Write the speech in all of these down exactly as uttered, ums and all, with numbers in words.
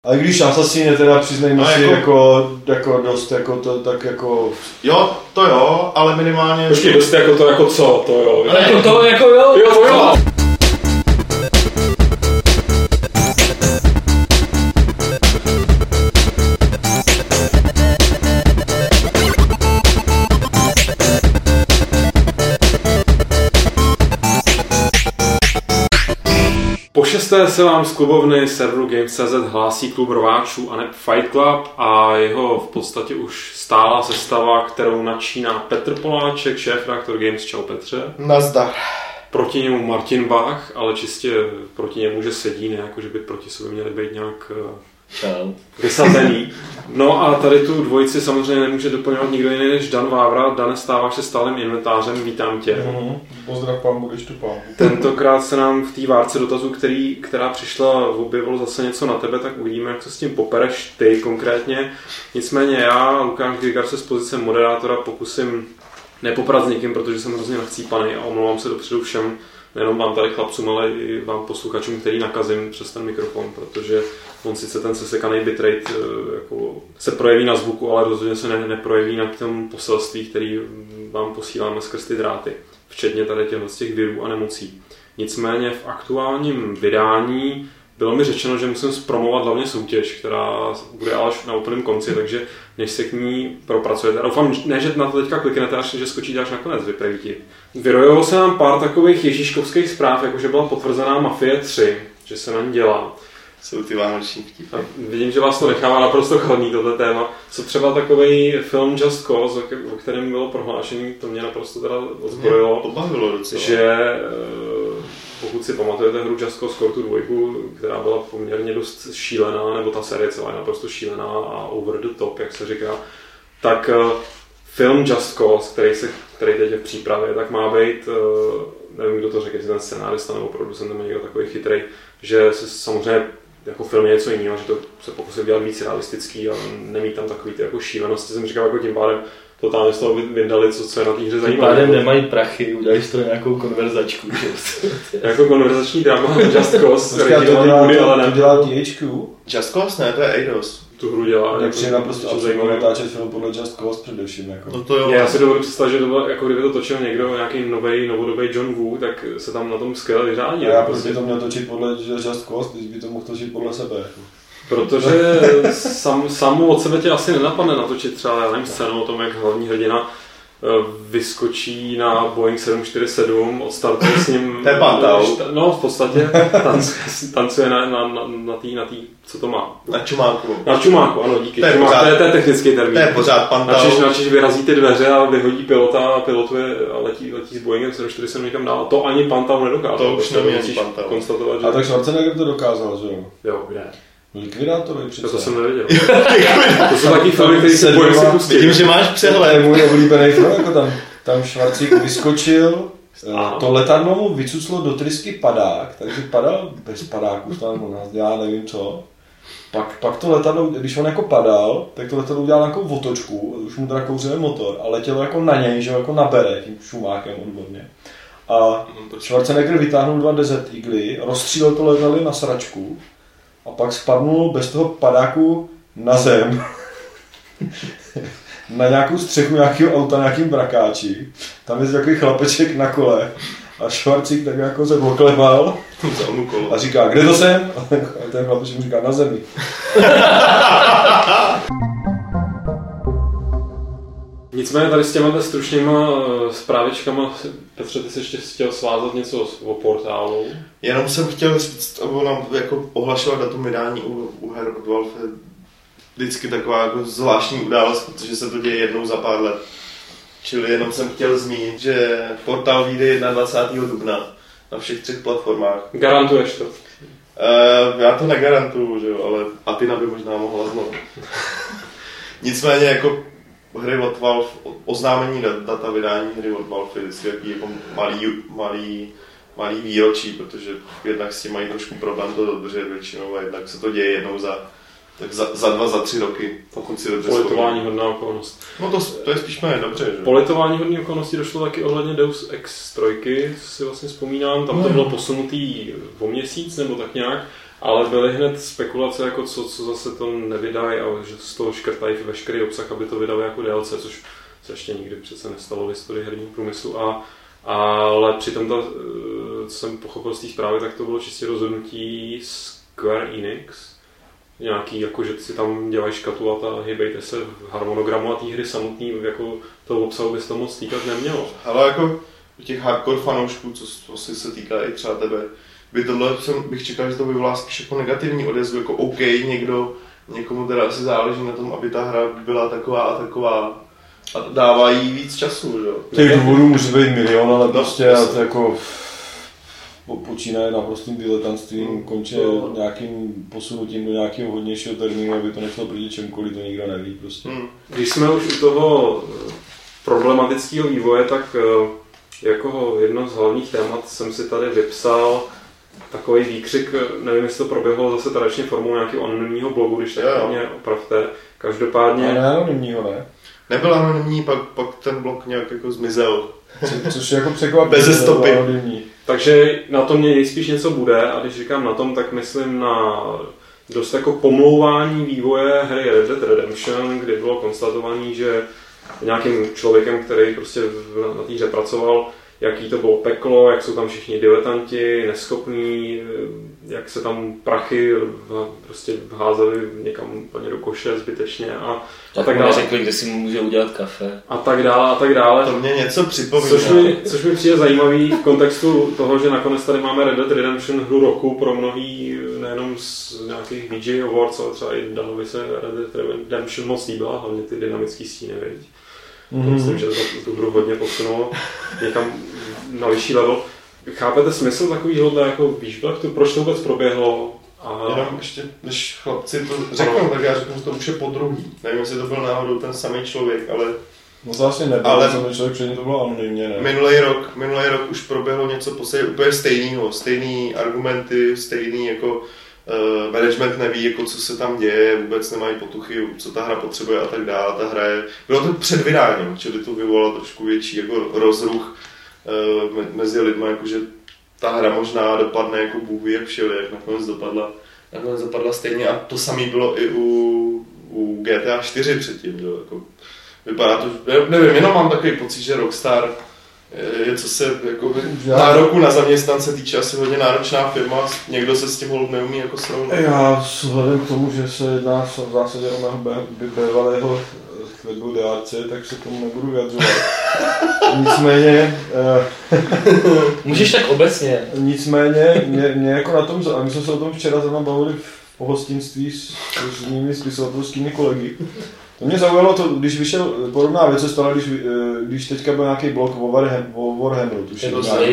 Ale když Assassine teda přiznejme si jako... Jako, jako dost jako to tak jako... Jo, to jo, ale minimálně... Počkej, dost jako to jako co, to jo. Ale jako to jako jo, jo, to jo. Po šesté se vám z klubovny serveru Games tečka cé zet hlásí klub rváčů a ne Fight Club a jeho v podstatě už stálá sestava, kterou načíná Petr Poláček, šéfredaktor Games. Čau Petře. Nazdar. Proti němu Martin Bach, ale čistě proti němu, že sedí, ne jako že by proti sobě měli být nějak uh, vysazený. No a tady tu dvojici samozřejmě nemůže doplňovat nikdo jiný než Dan Vávra. Dan, stáváš se stálým inventářem, vítám tě. Mm-hmm. Pozdrav pán, budeš tu pán. Tentokrát se nám v té várce dotazů, který, která přišla, objevilo zase něco na tebe, tak uvidíme, jak se s tím popereš ty konkrétně. Nicméně já, Lukáš Grigar, se z pozice moderátora pokusím nepoprat s někým, protože jsem hrozně nachcípaný a omlouvám se dopředu všem, nejenom vám tady chlapcům, ale i vám posluchačům, který nakazím přes ten mikrofon, protože on sice ten sesekaný bitrate jako se projeví na zvuku, ale rozhodně se ne, neprojeví na tom poselství, který vám posíláme skrz ty dráty, včetně tady těchto z těch virů a nemocí. Nicméně v aktuálním vydání bylo mi řečeno, že musím zpromovat hlavně soutěž, která bude až na úplném konci, takže než se k ní propracujete. A doufám, ne, že na to teďka kliknete, až že skočíte až nakonec, vyprejítí. Vyrojilo se nám pár takových ježíškovských zpráv, jakože byla potvrzená Mafie tři, že se na ní dělá. Jsou ty vánoční vtipy. Vidím, že vás to nechává naprosto chladný, tohle téma. Co třeba takový film Just Cause, o kterém bylo prohlášení, to mě naprosto teda ozbrojilo. Pobavilo docela. Že pokud si pamatujete hru Just Cause Core dva, která byla poměrně dost šílená, nebo ta série celá je naprosto šílená a over the top, jak se říká, tak film Just Cause, který, se, který teď je v přípravě, tak má být, nevím, kdo to řekl, jestli ten scénárista nebo producent nebo někdo takový chytrej, že se samozřejmě jako film je něco jiného, že to se pokusí dělat víc realistický a nemít tam takový ty jako šílenosti. Jsem říkal, jako tím pádem totálně z toho vydali, co, co je na té hře zajímavé. Tím pádem nemají prachy, uděláš to nějakou konverzačku. Jako konverzační drama Just Cause, který to dělá, to, to dělá T H Q. Just Cause ne, to je Eidos. Tu hru dělá. Tak přijde naprosto absurdní natáčet film podle Just Cause především. Jako. No to jo. Já si dovedu představit, že to bylo, jako kdyby to točil někdo, nějaký novej, novodobý John Woo, tak se tam na tom skvěle vyřádí. A já prostě to měl točit podle Just Cause, když by to mohl točit podle sebe. Protože sam, samu od sebe tě asi nenapadne natočit třeba, já nevím, scénu o tom, jak hlavní hrdina vyskočí na Boeing sedm čtyři sedm, odstartuje s ním... To je Pantau. No, v podstatě tancuje, tancuje na, na, na, na tý, na tý, co to má? Na čumáku. Na čumáku, ano, díky. To je, čumák, pořád, to je, to je technický termín. To je pořád Pantau. Načež, načež vyrazí ty dveře a vyhodí pilota a pilotuje a letí, letí s Boeingem sedm čtyři sedm někam dál. To ani Pantau nedokázal. To už neví ani Pantau. Konstatovat, že... A tak Schwarzenegger to dokázal, že jo? Jo, kde? Likvidátory přece. To jsem nevěděl. To jsou taky filmy, které se bojím si pustit. Vidím, že máš přehled. To je můj oblíbený film, jako tam, tam Schwarzík vyskočil, Aha. To letadlo mu vycuclo do trysky padák, takže padal bez padáku, tam já nevím co. Pak, pak to letadlo, když on jako padal, tak to letadlo udělal nějakou otočku, už mu teda kouřil motor a letělo jako na něj, že jako na bere, tím šumákem odborně. A Schwarzenegger vytáhnul dva Desert Eagly, rozstřílel to letadlo na sračku a pak spadnul bez toho padáku na zem. Na nějakou střechu nějakého auta, nějakým brakáči. Tam je takový chlapeček na kole. A Schwarzík tak jako se oklebal a říká, kde to jsem? A ten chlapeček mu říká, na zemi. Nicméně tady s těma stručnýma zprávičkama, Petře, ty jsi ještě chtěl svázat něco o portálu? Jenom jsem chtěl říct, aby nám jako ohlašila datum vydání u, u her od Valve. Vždycky taková jako zvláštní událost, protože se to děje jednou za pár let. Čili jenom jsem chtěl zmínit, že portál vyjde dvacátého prvního dubna na všech třech platformách. Garantuješ to? Uh, já to negarantuju, že jo, ale Atina by možná mohla znovu. Nicméně jako hry od Valve, oznámení data vydání hry od Valve je vždycky jaký jako malý, malý, malý výročí, protože jednak s tím mají trošku problém to dodržet většinou a jednak se to děje jednou za tak za, za dva, za tři roky, pokud si dobře politování hodná okolnost. No to, to je spíš méně dobře, že? Politování hodné okolnosti došlo taky ohledně Deus Ex tři, si vlastně vzpomínám, tam to bylo posunutý o měsíc nebo tak nějak. Ale byly hned spekulace, jako co, co zase to nevydají a že z toho škrtají veškerý obsah, aby to vydali jako D L C, což se ještě nikdy přece nestalo v historii herního průmyslu. A, ale přitom, to, co jsem pochopil z té zprávy, tak to bylo čistě rozhodnutí Square Enix. Nějaký, jako, že si tam dělají škatulata a hýbejte se v harmonogramu a té hry samotný, jako toho obsahu by se to moc týkat nemělo. Ale jako těch hardcore fanoušků, co asi se týká i třeba tebe, by tohle jsem, bych čekal, že to vyvolá spíš jako negativní odezvu, jako OK, někdo, někomu teda asi záleží na tom, aby ta hra byla taková a taková a dává jí víc času, jo. Těch důvodů může být milion, ale no, prostě já to jako počínaje naprostým diletantstvím, končí no. nějakým posunutím do nějakého hodnějšího termínu, aby to nešlo proti čemkoliv, to nikdo neví prostě. Hmm. Když jsme už u toho problematického vývoje, tak jako jedno z hlavních témat jsem si tady vypsal takový výkřik, nevím, jestli to proběhlo zase tradičně formou nějakého anonymního blogu, když tak mě opravte. Každopádně... Ale ne anonymního, ne? Nebyl anonymní, pak, pak ten blog nějak jako zmizel. Co, což je jako překvapení. Beze stopy. Takže na tom mě nejspíš něco bude a když říkám na tom, tak myslím na dost jako pomlouvání vývoje hry Red Dead Redemption, kdy bylo konstatované, že nějakým člověkem, který prostě na té hře pracoval, jaký to bylo peklo, jak jsou tam všichni diletanti, neschopní, jak se tam prachy prostě vházely někam úplně do koše zbytečně a, tak a tak dále. Řekli, kde si může udělat kafe. A tak dále, a tak dále. To mě něco připomíná. Což mi, což mi přijde zajímavý v kontextu toho, že nakonec tady máme Red Dead Redemption hru roku pro mnohý, nejenom z nějakých V G Awards, ale třeba i Danovi se Red Dead Redemption moc líbila, hlavně ty dynamický stíny, viď? Mm-hmm. Myslím, že to tu hru hodně posunulo někam na vyšší level. Chápete smysl takovýhle jako výžblachtu? Proč to vůbec proběhlo? A... Jenom ještě, když chlapci to řeknou, tak já řeknu, že to už je podruhý. Nevím, jestli to byl náhodou ten samý člověk, ale... No to vlastně nebyl, ale ten člověk předtím to bylo anonymně, ne? Minulý rok, minulý rok už proběhlo něco podstatě úplně stejného. Stejný argumenty, stejný jako... Uh, management neví, jako, co se tam děje, vůbec nemají potuchy, co ta hra potřebuje a tak dále. Ta hra je... Bylo to před vydáním, čili to vyvolalo trošku větší jako rozruch uh, mezi lidmi, jakože ta hra možná dopadne jako Bůh ví jak všeli, jak nakonec dopadla. Nakonec dopadla stejně a to samé bylo i u, u G T A čtyři předtím. Jo, jako, vypadá to, nevím, jenom mám takový pocit, že Rockstar je, co se jako nároku na zaměstnance týče, asi hodně náročná firma, někdo se s tím hold neumí jako srovnat. Já vzhledem k tomu, že se jedná v zásadě o mého bývalého byl D R C, tak se tomu nebudu vyjadřovat. Nicméně... Můžeš tak obecně. Nicméně, mě, mě jako na tom, a my jsme se o tom včera zrovna bavili v pohostinství s různými spisovatelskými kolegy. To mě zaujalo to, když vyšel, podobná věc se stala, když, když teďka byl nějaký blog o Warhammeru, o Warhammeru, tuším. To uh,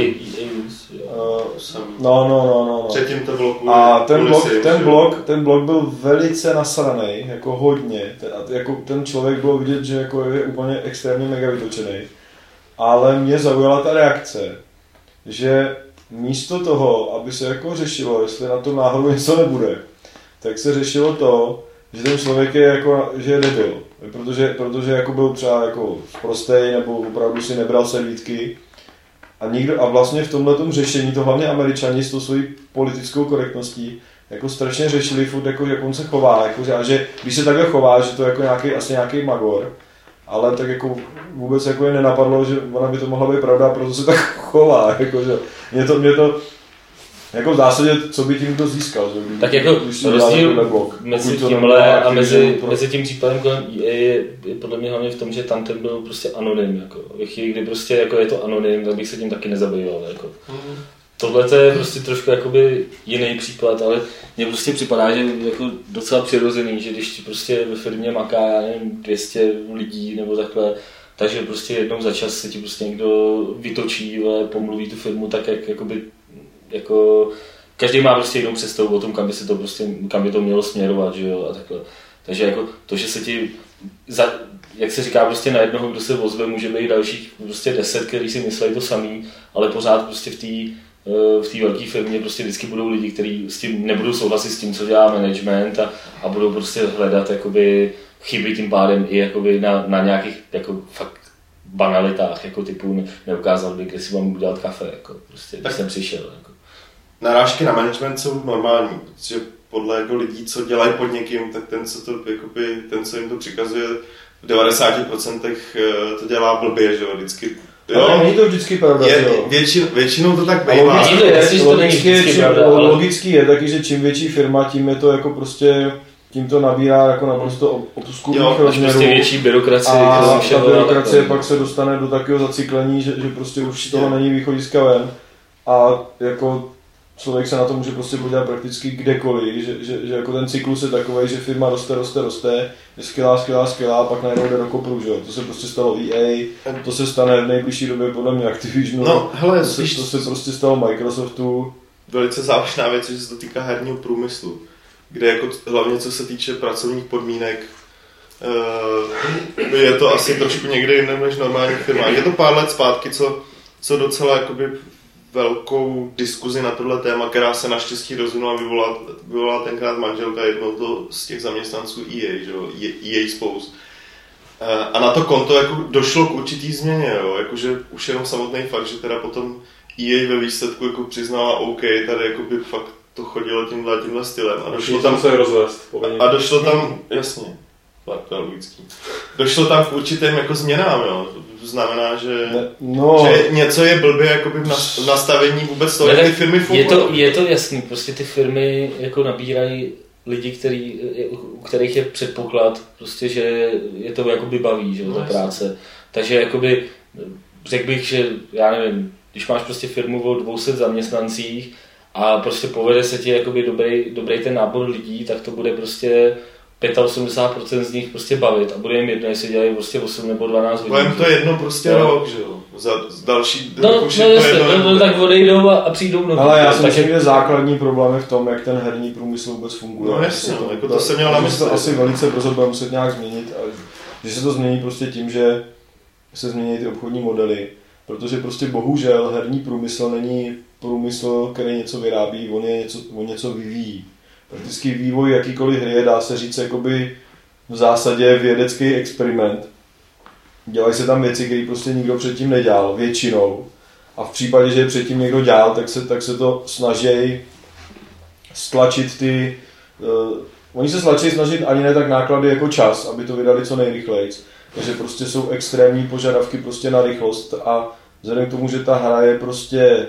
no, no, no, no. Předtím to bylo kvůli, a ten blog, kvůli ten, blog, ten blog byl velice nasranej, jako hodně. Ten, jako ten člověk bylo vidět, že jako je úplně extrémně mega vytočený. Ale mě zaujala ta reakce, že místo toho, aby se jako řešilo, jestli na tom náhodou něco nebude, tak se řešilo to, že ten člověk je jako, že je debil, protože, protože jako byl třeba jako prostej nebo opravdu si nebral servítky a nikdo, a vlastně v tomhletom řešení to hlavně Američani s tou svojí politickou korektností jako strašně řešili furt jako, jak on se chová, jako, a že když se takhle chová, že to je jako nějaký, asi nějaký magor, ale tak jako vůbec jako je nenapadlo, že ona by to mohla být pravda, proto se tak chová, jako, že mě to, mě to jako v zásadě, co by tím kdo získal, že? Tak jako rozdíl mezi tímhle a mezi, mezi tím případem je, je, je podle mě hlavně v tom, že tam ten byl prostě anonym, jako. Ve chvíli, kdy prostě jako je to anonym, tak bych se tím taky nezabýval, jako. Mm. Tohle je prostě trošku jakoby jiný příklad, ale mně prostě připadá, že jako docela přirozený, že když prostě ve firmě maká, já nevím, dvě stě lidí nebo takhle, takže prostě jednou za čas se ti prostě někdo vytočí, ale pomluví tu firmu tak, jak jakoby jako každý má prostě jinou představu o tom, kam by se to prostě, kam by to mělo směrovat, že jo, a takhle. Takže jako to, že se ti, za, jak se říká, prostě na jednoho, kdo se ozve, může být dalších prostě deset, kteří si myslí to samý, ale pořád prostě v té v té velké firmě prostě vždycky budou lidi, kteří s tím nebudou souhlasit s tím, co dělá management a, a budou prostě hledat jakoby chyby tím pádem i jakoby na, na nějakých jako fakt banalitách, jako typu neukázal by, kde si mám udělat kafe, jako prostě, když jsem přišel. Jako. narážky na management jsou normální, protože podle jako lidí, co dělají pod někým, tak ten, co, to, jakoby, ten, co jim to přikazuje, v devadesáti procentech to dělá blbě, že jo, vždycky. Jo, ale není to vždycky pravda, je, jo. Většin, většinou to tak bývá. Logicky, jasný, to není vždycky čím, pravda, ale... Logický je taky, že čím větší firma, tím je to jako prostě, tím to nabírá jako naprosto obskurních rozměrů. Prostě větší byrokracie. A ta byrokracie pak se dostane do takového zacyklení, že, že prostě už z toho není východiska ven. A jako člověk se na to může prostě podívat prakticky kdekoliv, že, že, že jako ten cyklus je takový, že firma roste, roste, roste, je skvělá, skvělá, skvělá, a pak najednou jde do kopru, že jo. To se prostě stalo E A, to se stane v nejbližší době podle mě Activisionu, no, hele, to, se, to se prostě stalo Microsoftu. Velice závažná věc, že se to týká herního průmyslu, kde jako hlavně co se týče pracovních podmínek, uh, je to asi trošku někde jinde než normální firma. Je to pár let zpátky, co, co docela jakoby velkou diskuzi na tohle téma, která se naštěstí rozvinula, vyvolala, vyvolala tenkrát manželka jednoho to z těch zaměstnanců E A, že jo, E A Spouse. A na to konto jako došlo k určitý změně, jo, jakože už jenom samotný fakt, že teda potom E A ve výsledku jako přiznala OK, tady jako by fakt to chodilo tímhle, tímhle stylem a došlo tam se rozvést. A došlo tam, jasně, to je logický. Došlo tam k určitým jako změnám, jo. To znamená, že, no. že něco je blbě jakoby v nastavení vůbec toho, jak ty firmy fungují. Je to, je to jasný, prostě ty firmy jako nabírají lidi, který, u kterých je předpoklad, prostě, že je to jakoby baví, že, no, ta práce. Takže jakoby, řekl bych, že já nevím, když máš prostě firmu o dvou set zaměstnancích a prostě povede se ti jakoby dobrý, dobrý ten nábor lidí, tak to bude prostě osmdesát pět procent z nich prostě bavit a bude jim jedno, jestli dělají prostě osm nebo dvanáct hodin. Budeme to jedno prostě no. rok, že jo? Za další no, no, už no, je jasně, to jedno, no, no, tak odejdou a, a přijdou noví. Ale já si myslím, že základní problém je v tom, jak ten herní průmysl vůbec funguje. No jasně, to, jako to, to jsem měl na mysli. To asi velice brzo bude muset nějak změnit, a že se to změní prostě tím, že se změní ty obchodní modely, protože prostě bohužel herní průmysl není průmysl, který něco vyrábí, on, je něco, on něco vyvíjí. Prakticky vývoj jakýkoliv hry je, dá se říct, jakoby v zásadě vědecký experiment. Dělají se tam věci, které prostě nikdo předtím nedělal, většinou. A v případě, že je předtím někdo dělal, tak se, tak se to snaží stlačit ty... Uh, oni se snaží snažit ani ne tak náklady jako čas, aby to vydali co nejrychleji. Takže prostě jsou extrémní požadavky prostě na rychlost a vzhledem k tomu, že ta hra je prostě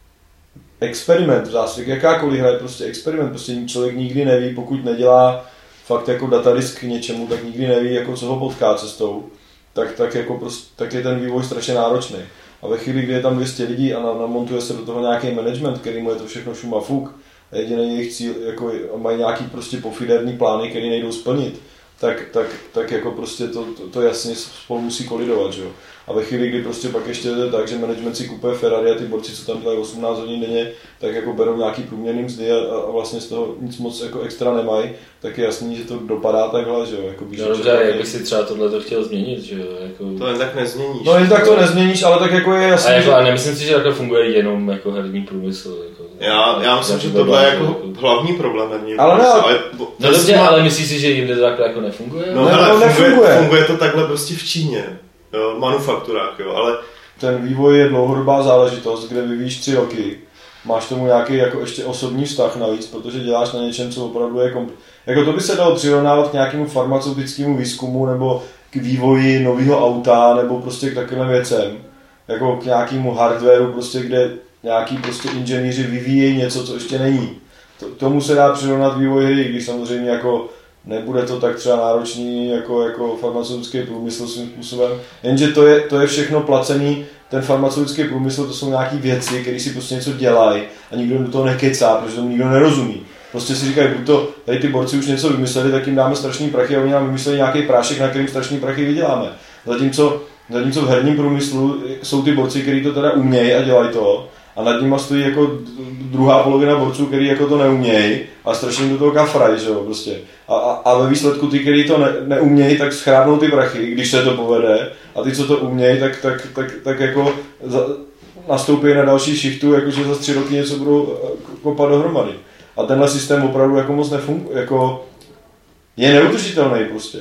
experiment v zásadě, jakákoliv hra je prostě experiment, prostě člověk nikdy neví, pokud nedělá fakt jako datadisk k něčemu, tak nikdy neví, jako co ho potká cestou, tak, tak, jako prostě, tak je ten vývoj strašně náročný. A ve chvíli, kdy je tam dvě stě lidí a namontuje se do toho nějaký management, který mu je to všechno šum a fuk, a jediný jejich cíl, jako mají nějaký prostě pofiderní plány, které nejdou splnit, tak, tak, tak jako prostě to, to, to jasně spolu musí kolidovat, že jo. A ve chvíli, kdy prostě pak ještě je tak, že management si kupuje Ferrari a ty borci, co tam dělají osmnáct hodin denně, tak jako berou nějaký průměrný mzdy a, a vlastně z toho nic moc jako extra nemají, tak je jasný, že to dopadá takhle, že jo. Jako no dobře, jak bys si třeba tohle to chtěl změnit, že jo. Jako... To jen tak nezměníš. No jen tak to nezměníš, ale tak jako je jasný. A, jako, a nemyslím si, že takhle funguje jenom jako herní průmysl. Jako, já, já myslím, že tohle je jako, jako hlavní problém herní ale průmysl. Ne, ale, no dobře, má... ale myslíš si, že jinde to takhle jako nefunguje? No ne, hele, no, funguje, nefunguje. Funguje to takhle prostě v Číně. Jo, manufakturách, jo, ale... Ten vývoj je dlouhodobá záležitost, kde vyvíjíš tři roky. Máš tomu nějaký jako ještě osobní vztah navíc, protože děláš na něčem, co opravdu je kompl... Jako to by se dalo přirovnávat k nějakému farmaceutickému výzkumu nebo k vývoji nového auta nebo prostě k takovým věcem. Jako k nějakému hardwareu, prostě, kde nějaký prostě inženýři vyvíjejí něco, co ještě není. To, tomu se dá přirovnat vývoj hry, když samozřejmě jako nebude to tak třeba náročný jako, jako farmaceutický průmysl svým způsobem, jenže to je, to je všechno placený, ten farmaceutický průmysl, to jsou nějaké věci, které si prostě něco dělají a nikdo do toho nekecá, protože tomu nikdo nerozumí. Prostě si říkají, buď to, tady ty borci už něco vymysleli, tak jim dáme strašný prachy a oni nám vymysleli nějaký prášek, na kterým strašný prachy vyděláme. Zatímco, zatímco v herním průmyslu jsou ty borci, kteří to teda umějí a dělají to, a nad nima stojí jako druhá polovina borců, který jako to neumějí a strašně do toho kafraj, že jo, prostě. A, a, a ve výsledku ty, kteří to ne, neumějí, tak schrábnou ty prachy, když se to povede, a ty, co to umějí, tak, tak, tak, tak jako za, nastoupí na další shiftu, jakože za tři roky něco budou kopat dohromady. A tenhle systém opravdu jako moc nefunguje, jako je neudržitelný prostě.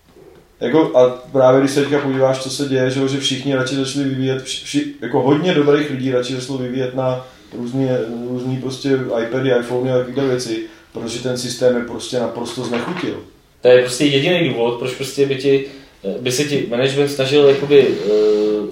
Jako, a právě když se teďka podíváš, co se děje, že, že všichni radši začali vyvíjet, vši, jako hodně dobrých lidí radši začalo vyvíjet na různý, různý prostě iPady, iPhony a takové věci, protože ten systém je prostě naprosto znechutil. To je prostě jediný důvod, proč prostě by, ti, by se ti management snažil jakoby, uh,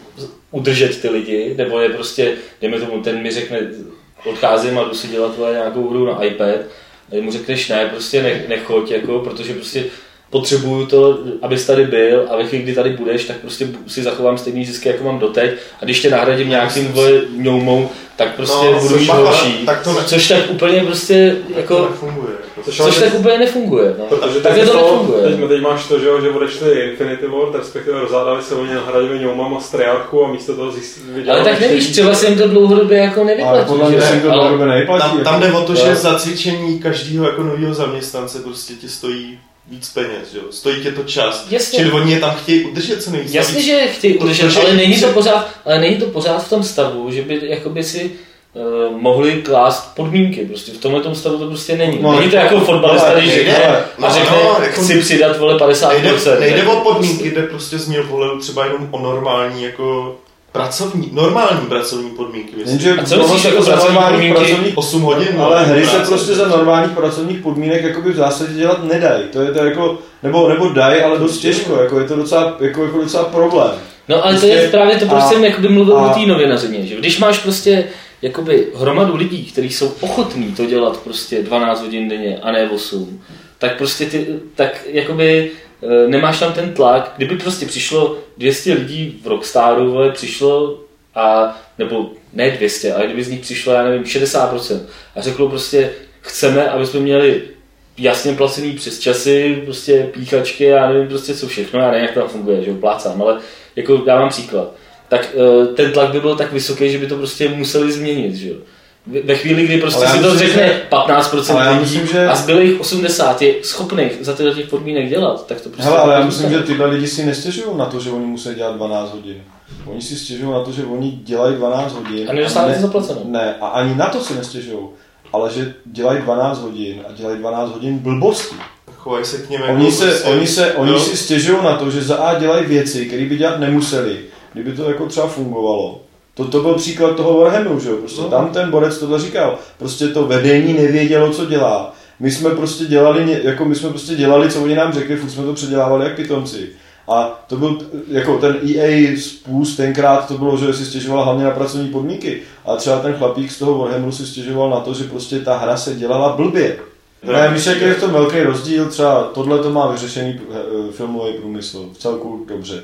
udržet ty lidi, nebo je prostě, dejme tomu, ten mi řekne, odcházím a jdu si dělat nějakou hru na iPad, a mu řekneš ne, prostě ne, nechoď, jako, protože prostě potřebuju to, abys tady byl a ve chvíli, kdy tady budeš, tak prostě si zachovám stejný zisky, jako mám doteď a když tě nahradím nějakým ňoumou, tak prostě no, budu mít horší, tak to ne... což tak úplně prostě jako... To nefunguje. Což, což tak úplně nefunguje. No. Protože tak to nefunguje. Teď, teď máš to, že, že odešli Infinity Ward, respektive rozhádali se oni nahradili ňoumama z Treyarchu a místo toho zjistili... Ale tak nevíš, třeba se jim to dlouhodobě jako nevyplatí. Ale podle mě se jim to dlouhodobě nevyplatí. Tam, tam jde o to, že za cvičení každého jako nového zaměstnance prostě ti stojí víc peněz, jo? Stojí tě to čas. Jasně. Čili oni je tam chtějí udržet co nejvíc. Jasně, že chtějí udržet, ale není to pořád, ale není to pořád v tom stavu, že by jakoby si uh, mohli klást podmínky. Prostě v tomhle stavu to prostě není. No, není to jako fotbalista, když řekne a řekne, no, jako chci přidat vole padesát procent. Nejde, nejde o podmínky, jde prostě z mého pohledu třeba jenom o normální jako pracovní, normální pracovní podmínky. Jenže a co myslíš jako za normálních pracovních osm hodin? Ale hry se prostě za normálních pracovních podmínek jakoby v zásadě dělat nedají. To je to jako, nebo, nebo dají, ale dost těžko, jako je to docela, jako, jako docela problém. No ale prostě, to je právě to, proč jsem jakoby mluvil o té novinařině, že když máš prostě jakoby hromadu lidí, kteří jsou ochotní to dělat prostě dvanáct hodin denně a ne osm, tak prostě ty, tak jakoby nemáš tam ten tlak, kdyby prostě přišlo dvě stě lidí v Rockstaru, vole, přišlo a, nebo ne dvě stě, ale kdyby z nich přišlo, já nevím, šedesát procent a řeklo prostě, chceme, aby jsme měli jasně placený přesčasy, prostě píchačky, já nevím prostě co všechno, já nevím, jak to funguje, že jo, plácám, ale jako dávám příklad, tak ten tlak by byl tak vysoký, že by to prostě museli změnit, že jo. Ve chvíli, kdy prostě si to řekne že... patnáct procent lidí myslím, že... a zbylých osmdesát je schopných za tyhle těch podmínek dělat, tak to prostě... Hele, ale já myslím, že tyhle lidi si nestěžují na to, že oni musí dělat dvanáct hodin. Oni si stěžují na to, že oni dělají dvanáct hodin. A nedostávají to zaplaceno. Ne, a ani na to si nestěžují, ale že dělají dvanáct hodin a dělají dvanáct hodin blbostí. Chovají se k něm oni jako se, prostě, oni se, oni si stěžují na to, že za A dělají věci, které by dělat nemuseli, kdyby to jako třeba fungovalo. To, to byl příklad toho Warhammeru, že jo? Prostě no. Tam ten borec tohle říkal. Prostě to vedení nevědělo, co dělá. My jsme prostě dělali, jako my jsme prostě dělali, co oni nám řekli, furt jsme to předělávali jak pitomci. A to byl, jako ten E A spust tenkrát to bylo, že si stěžoval hlavně na pracovní podmínky. A třeba ten chlapík z toho Warhammeru si stěžoval na to, že prostě ta hra se dělala blbě. Ne, víš, jak je v tom velký rozdíl, třeba tohle to má vyřešený filmový průmysl, v celku dobře.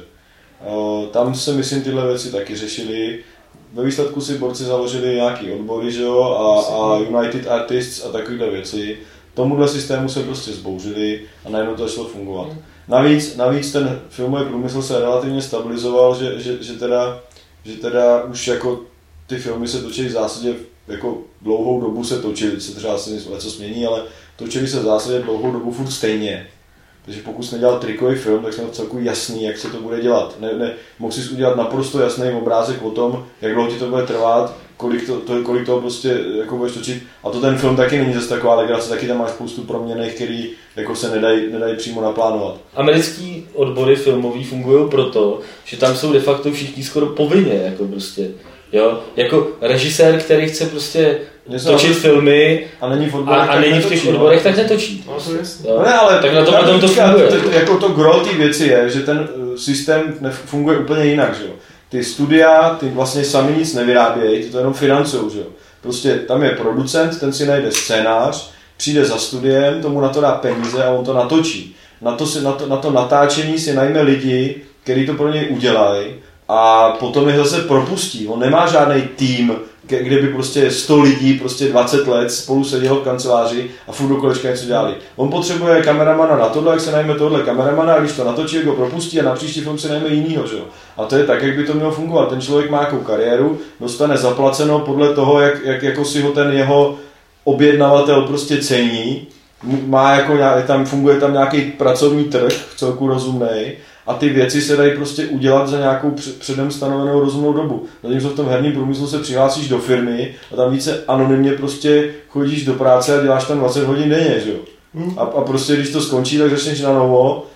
Tam se, myslím, tyhle věci taky řešily. Ve výsledku si borci založili nějaký odbory, že jo, a, a United Artists a takovéhle věci. Tomuhle systému se prostě zbouřili a najednou to začalo fungovat. Navíc, navíc ten filmový průmysl se relativně stabilizoval, že, že, že, teda, že teda už jako ty filmy se točily v zásadě jako dlouhou dobu se točily, se třeba se něco změní, ale točily se v zásadě dlouhou dobu furt stejně. Takže pokud jsi nedělal trikový film, tak jsem celku jasný, jak se to bude dělat. Ne, ne, mohl jsi udělat naprosto jasný obrázek o tom, jak dlouho ti to bude trvat, kolik, to, to, kolik toho prostě jako budeš točit. A to ten film taky není zase taková legrace, taky tam máš spoustu proměnných, který jako se nedají, nedají přímo naplánovat. Americký odbory filmový fungují proto, že tam jsou de facto všichni skoro povinně, jako prostě. Jo, jako režisér, který chce prostě Něco točit to... filmy a není v, odborech, a, a není v těch odborech, tak netočí. No, to jest. No ne, ale tak na tom, na tom to funguje. To, jako to gro té věci je, že ten systém funguje úplně jinak, že jo. Ty studia, ty vlastně sami nic nevyrábějí, ty to jenom financujou, že jo. Prostě tam je producent, ten si najde scénář, přijde za studiem, tomu na to dá peníze a on to natočí. Na to, si, na to, na to natáčení si najme lidi, kteří to pro něj udělají, a potom je zase propustí. On nemá žádný tým, kde by prostě sto lidí, prostě dvacet let spolu sedělo v kanceláři a furt do kolečka něco dělali. On potřebuje kameramana na tohle, jak se najme tohle kameramana, a když to natočí, ho propustí a na příští film se najme jinýho, že jo. A to je tak, jak by to mělo fungovat. Ten člověk má nějakou kariéru, dostane zaplaceno podle toho, jak, jak jako si ho ten jeho objednavatel prostě cení. Má jako, tam funguje tam nějaký pracovní trh, celku rozumnej. A ty věci se dají prostě udělat za nějakou předem stanovenou rozumnou dobu. Zatímco v tom herním průmyslu se přihlásíš do firmy a tam více anonymně prostě chodíš do práce a děláš tam dvacet hodin denně, že jo. A, a prostě když to skončí, tak začneš na novo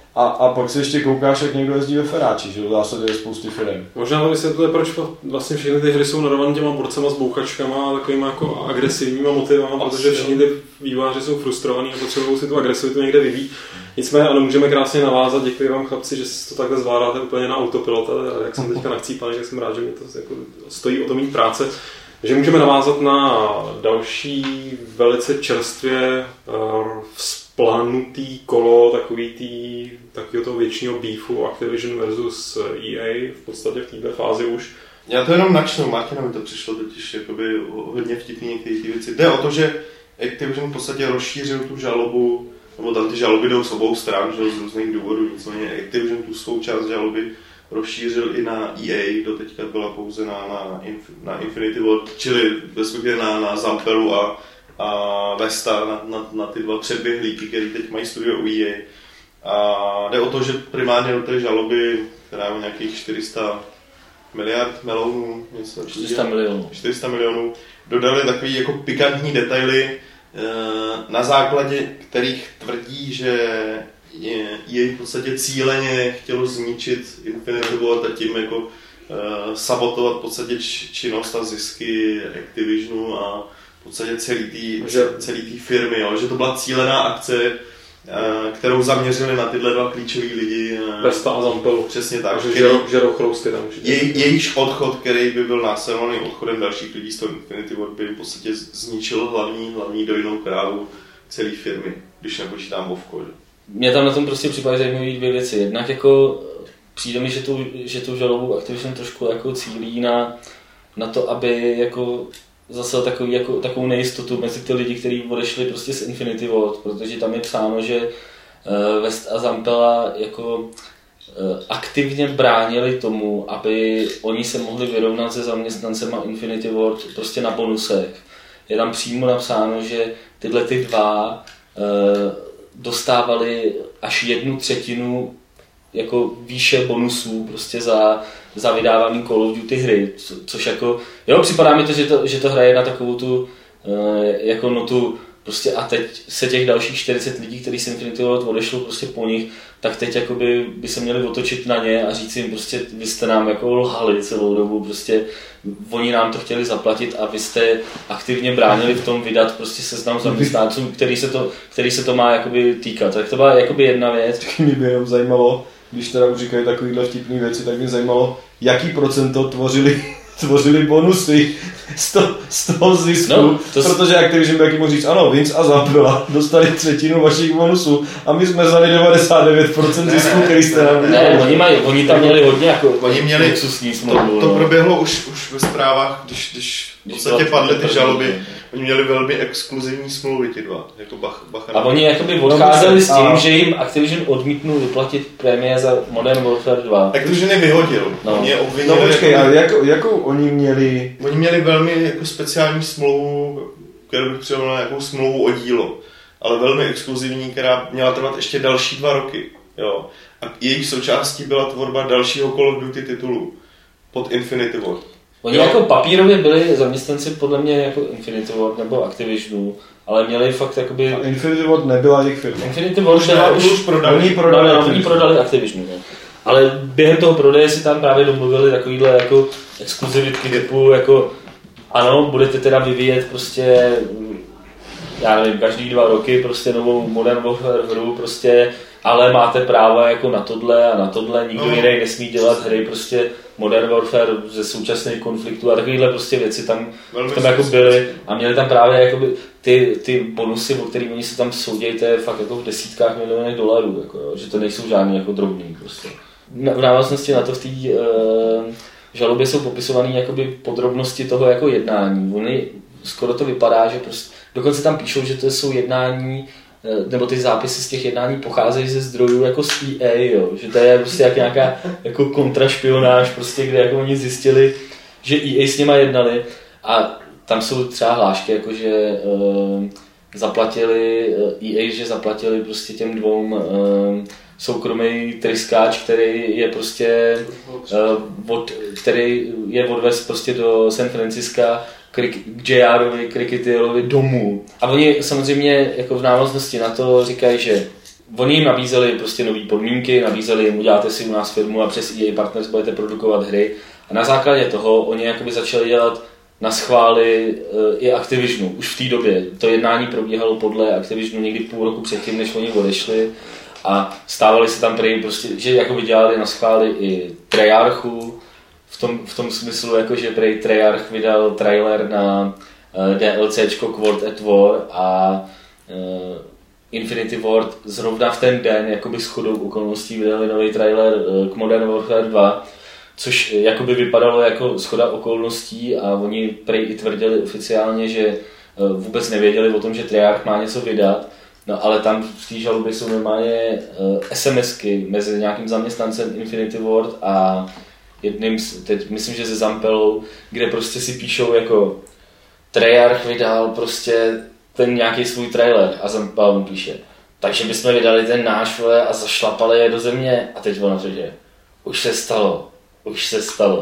A, a pak se ještě koukáš, jak někdo jezdí ve Feráči, že v zásadě je spousty firem. Možná to vysvětluje, proč vlastně všechny ty hry jsou narované těma borcema s bouchačkama a takovýma jako agresivníma motivama, protože všichni ty vývojáři jsou frustrovaní a potřebují si tu agresivitu někde vyvíjet. Nicméně ano, můžeme krásně navázat, děkuji vám chlapci, že to takhle zvládáte úplně na autopilota, a jak jsem teďka nachcípaný, tak jsem rád, že mi to jako stojí o to mít práce. Že můžeme navázat na další velice čerstvě vzplanutý kolo takový tý, takového toho věčního beefu Activision versus E A v podstatě v této fázi už. Já to jenom načnu, Martina mi to přišlo totiž jakoby hodně vtipný některé ty věci. Jde o to, že Activision v podstatě rozšířil tu žalobu, nebo tam ty žaloby jdou s obou stran, že z různých důvodů, nicméně Activision tu svou část žaloby rozšířil i na E A, doteďka byla pouze na, na, na Infinity Ward, čili respektive na, na Zampelu a, a Vesta, na, na, na ty dva předběhlíky, který teď mají studio u E A. A jde o to, že primárně do té žaloby, která má nějakých čtyři sta miliard melonů, něco, čtyři sta milionů. čtyři sta milionů, dodali takový jako pikantní detaily, na základě kterých tvrdí, že jej v podstatě cíleně chtělo zničit Infinity Ward a tím jako uh, sabotovat v podstatě činnost a zisky Activisionu a v podstatě celý tý, celý tý firmy, jo? Že to byla cílená akce, uh, kterou zaměřili na tyhle dva klíčový lidi. Uh, Vesta a Zampelu. Přesně tak. Že žerou, žerou chrousty tam určitě. Jej, jejíž odchod, který by byl následovaný odchodem dalších lidí z toho Infinity Ward, by v podstatě zničil hlavní, hlavní dojnou krávu celé firmy, když nepočítám Vovko. Mně tam na tom prostě připadají zajímavé dvě věci. Jednak jako přijde mi, že tu, že tu žalobu Activision trošku jako cílí na, na to, aby jako zase takový, jako, takovou nejistotu mezi ty lidi, kteří odešli prostě z Infinity Ward, protože tam je psáno, že uh, West a Zampella jako uh, aktivně bránili tomu, aby oni se mohli vyrovnat se zaměstnancema Infinity Ward prostě na bonusech. Je tam přímo napsáno, že tyhle ty dva uh, dostávali až jednu třetinu jako výše bonusů prostě za, za vydávaný Call of Duty hry, co, což jako, jo, připadá mi to, že to, že to hraje na takovou tu, jako notu, prostě a teď se těch dalších čtyřicet lidí, kteří z Infinity Ward odešlo prostě po nich, tak teď jakoby by se měli otočit na ně a říct jim prostě, vy jste nám jako lhali celou dobu, prostě oni nám to chtěli zaplatit a vy jste aktivně bránili v tom vydat prostě seznam zaměstnanců, který se to, který se to má jakoby týkat. Tak to byla jakoby jedna věc. Mě by jenom zajímalo, když teda už říkají takovýhle vtipný věci, tak mě zajímalo, jaký procento tvořili tvořili bonusy z, to, z toho zisku, no, to protože Activision by mohl říct, ano, Vince a Zampella dostali třetinu vašich bonusů a my jsme vzali devadesát devět procent zisku, který jste nám vydělali. Ne, oni, mají, oni tam měli hodně jako oni měli, smlouvu, to, to proběhlo už, už ve zprávách, když, když v podstatě padly ty žaloby, oni měli velmi exkluzivní smlouvy ti dva, jako Bach, Bach a oni jakoby odcházeli s tím, a... že jim Activision odmítnul vyplatit prémie za Modern Warfare dva. Activision je vyhodil, no. Oni je obvinili. No počkej, jako... ale jakou, jakou oni měli? Oni měli velmi jako speciální smlouvu, kterou bych přirovnal nějakou smlouvu o dílo, ale velmi exkluzivní, která měla trvat ještě další dva roky. Jo. A jejich součástí byla tvorba dalšího Call of Duty titulu pod Infinity Ward. Oni jo. Jako papírově byli zaměstnanci podle mě jako Infinity Ward nebo Activisionu, ale měli fakt jakoby... A Infinity Ward nebyla jejich firma. Infinity Ward byla už, už prodali. Oni prodali, no, oni prodali Activisionu. Ne? Ale během toho prodeje si tam právě domluvili takovýhle jako exkluzivitky typu jako ano, budete teda vyvíjet prostě já nevím, každý dva roky prostě novou Modern Warfare hru prostě, ale máte práva jako na tohle a na tohle, nikdo no. jiný nesmí dělat hry prostě Modern Warfare ze současných konfliktů a takovýhle prostě věci tam, tam jako byly a měli tam právě jakoby ty, ty bonusy, o kterých oni se tam soudějí, to je fakt jako v desítkách milionech dolarů, jako, jo, že to nejsou žádný jako drobný prostě. V návaznosti na to v té uh, žalobě jsou popisované jakoby podrobnosti toho jako jednání. Oni skoro to vypadá, že prostě, dokonce tam píšou, že to jsou jednání, nebo ty zápisy z těch jednání pocházejí ze zdrojů jako z E A, jo. Že to je prostě jak nějaká jako kontrašpionáž, prostě, kde jako oni zjistili, že E A s nima jednali a tam jsou třeba hlášky, jako že uh, zaplatili E A, že zaplatili prostě těm dvou uh, soukromý tryskáč, který je prostě uh, od, který je odvez prostě do San Francisca k J R ovi, Cricketierovi domů. A oni samozřejmě jako v návaznosti na to říkají, že oni jim nabízeli prostě nové podmínky, nabízeli jim, uděláte si u nás firmu a přes E A Partners budete produkovat hry. A na základě toho oni jakoby začali dělat na schvály i Activisionu. Už v té době to jednání probíhalo podle Activisionu někdy půl roku předtím, než oni odešli. A stávali se tam prý prostě, že jakoby dělali na schvály i Treyarchu, v tom, v tom smyslu, jako že prej Treyarch vydal trailer na DLCčko k World at War a uh, Infinity Ward zrovna v ten den jakoby shodou okolností vydali nový trailer k Modern Warfare dva, což jakoby vypadalo jako shoda okolností a oni prej i tvrdili oficiálně, že vůbec nevěděli o tom, že Treyarch má něco vydat. No ale tam v té žalobě jsou normálně uh, SMSky mezi nějakým zaměstnancem Infinity Ward a jedným, teď myslím, že se Zampelou, kde prostě si píšou jako Treyarch vydal prostě ten nějaký svůj trailer a Zampel mu píše, takže bychom vydali ten náš vole a zašlapali je do země a teď ono to, že už se stalo, už se stalo.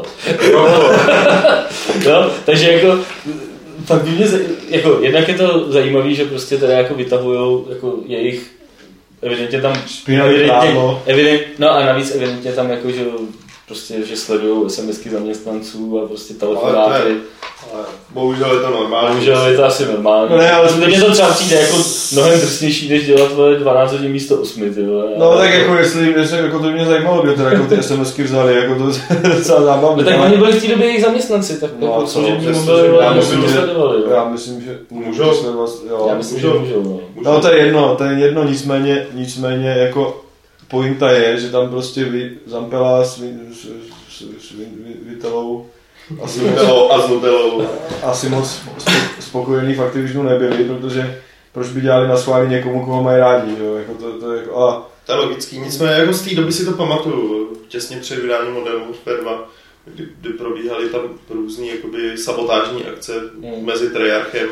No, takže jako tak by mě, jako, jednak je to zajímavé, že prostě tady jako vytahujou jako jejich, evidentně tam, evidentně, evidentně, no a navíc evidentně tam jako, že prostě, že sledujou SMSky zaměstnanců a prostě telefonáty. Bohužel je to normální. Bohužel je to asi normální. No ne, ale mě to třeba přijde jako mnohem drsnější, než dělat dvanáct hodin místo osmi, ty vole. No tak jako jestli, jestli jako to mě zajímalo, kde teda jako ty SMSky vzali, jako to docela zábavné. No tak oni byli v té době jejich zaměstnanci, tak no, jako služební mobily, já myslím, to že, sledovali. já myslím, že můžou sledovat, jo. Já myslím, že můžou, no. No to je jedno, to je jedno, nicméně, nicméně jako pointa je, že tam prostě vy, Zampela s, s, s, s Vitelou asi moc, a s Nutelou asi moc spokojený v Activisionu nebyli, protože proč by dělali na schvály někomu, koho mají rádi, jo? Jako to, to, jako, a... to je logický, nicméně jako z té doby si to pamatuju, těsně před vydáním Modern Warfare dva, kdy, kdy probíhaly tam různý jakoby sabotážní akce mm. mezi Treyarchem,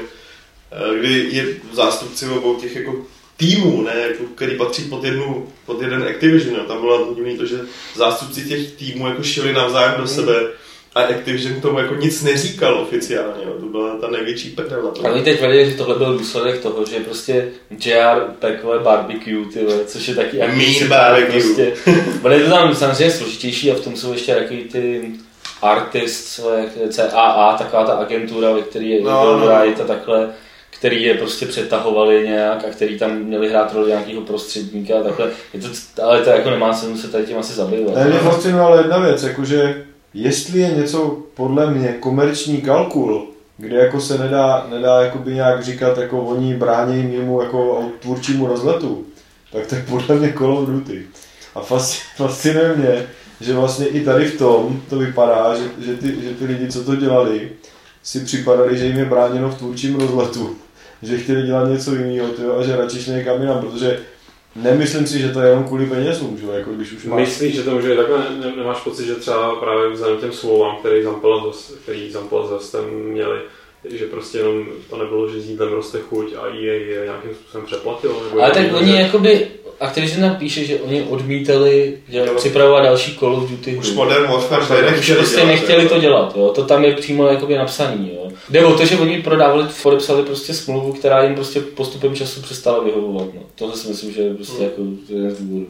kdy je zástupci obou těch jako týmů, ne, jako, který patří pod, jednu, pod jeden Activision. No. Tam bylo divný to, že zástupci těch týmů jako šili navzájem do sebe a Activision tomu jako nic neříkal oficiálně. No. To byla ta největší prdela. A oni teď věděli, že tohle byl důsledek toho, že prostě J R takové barbecue, tyhle, což je taky mean barbecue. Prostě, ale je to tam samozřejmě složitější a v tom jsou ještě takový ty artists, C A A, taková ta agentura, ve který je no, Eagle no. Right a takhle, který je prostě přetahovali nějak a který tam měli hrát roli nějakého prostředníka a takhle. Je to, ale to jako nemá cenu se tady tím asi zabývat. Ne, mě fascinuje ale jedna věc, jakože jestli je něco podle mě komerční kalkul, kde jako se nedá, nedá jakoby nějak říkat, jako oni brání mému jako tvůrčímu rozletu, tak to je podle mě Call of Duty. A fascinuje mě, že vlastně i tady v tom to vypadá, že, že, ty, že ty lidi, co to dělali, si připadali, že jim je bráněno v tvůrčím rozletu, že chtěli dělat něco jiného, tyjo, a že radši šli někam jinam, protože nemyslím si, že to je jenom kvůli penězům, že? Jako když už máš... Myslíš, že to může být takhle? Ne, nemáš pocit, že třeba právě vzhledem těm slovám, který Zampella, který Zampella s Vestem měli, že prostě jenom to nebylo, že s jídlem roste chuť a E A je nějakým způsobem přeplatilo? Ale tak oni že... jakoby, Activision nám píše, že oni odmítali připravovat další Call of Duty hru. Už Modern Warfare nechtěli, prostě nechtěli to dělat, jo. To tam je přímo jakoby napsaný, jo. Jde o to, že oni prodávali, podepsali prostě smlouvu, která jim prostě postupem času přestala vyhovovat, no. Tohle si myslím, že je prostě jako jeden z důvodů.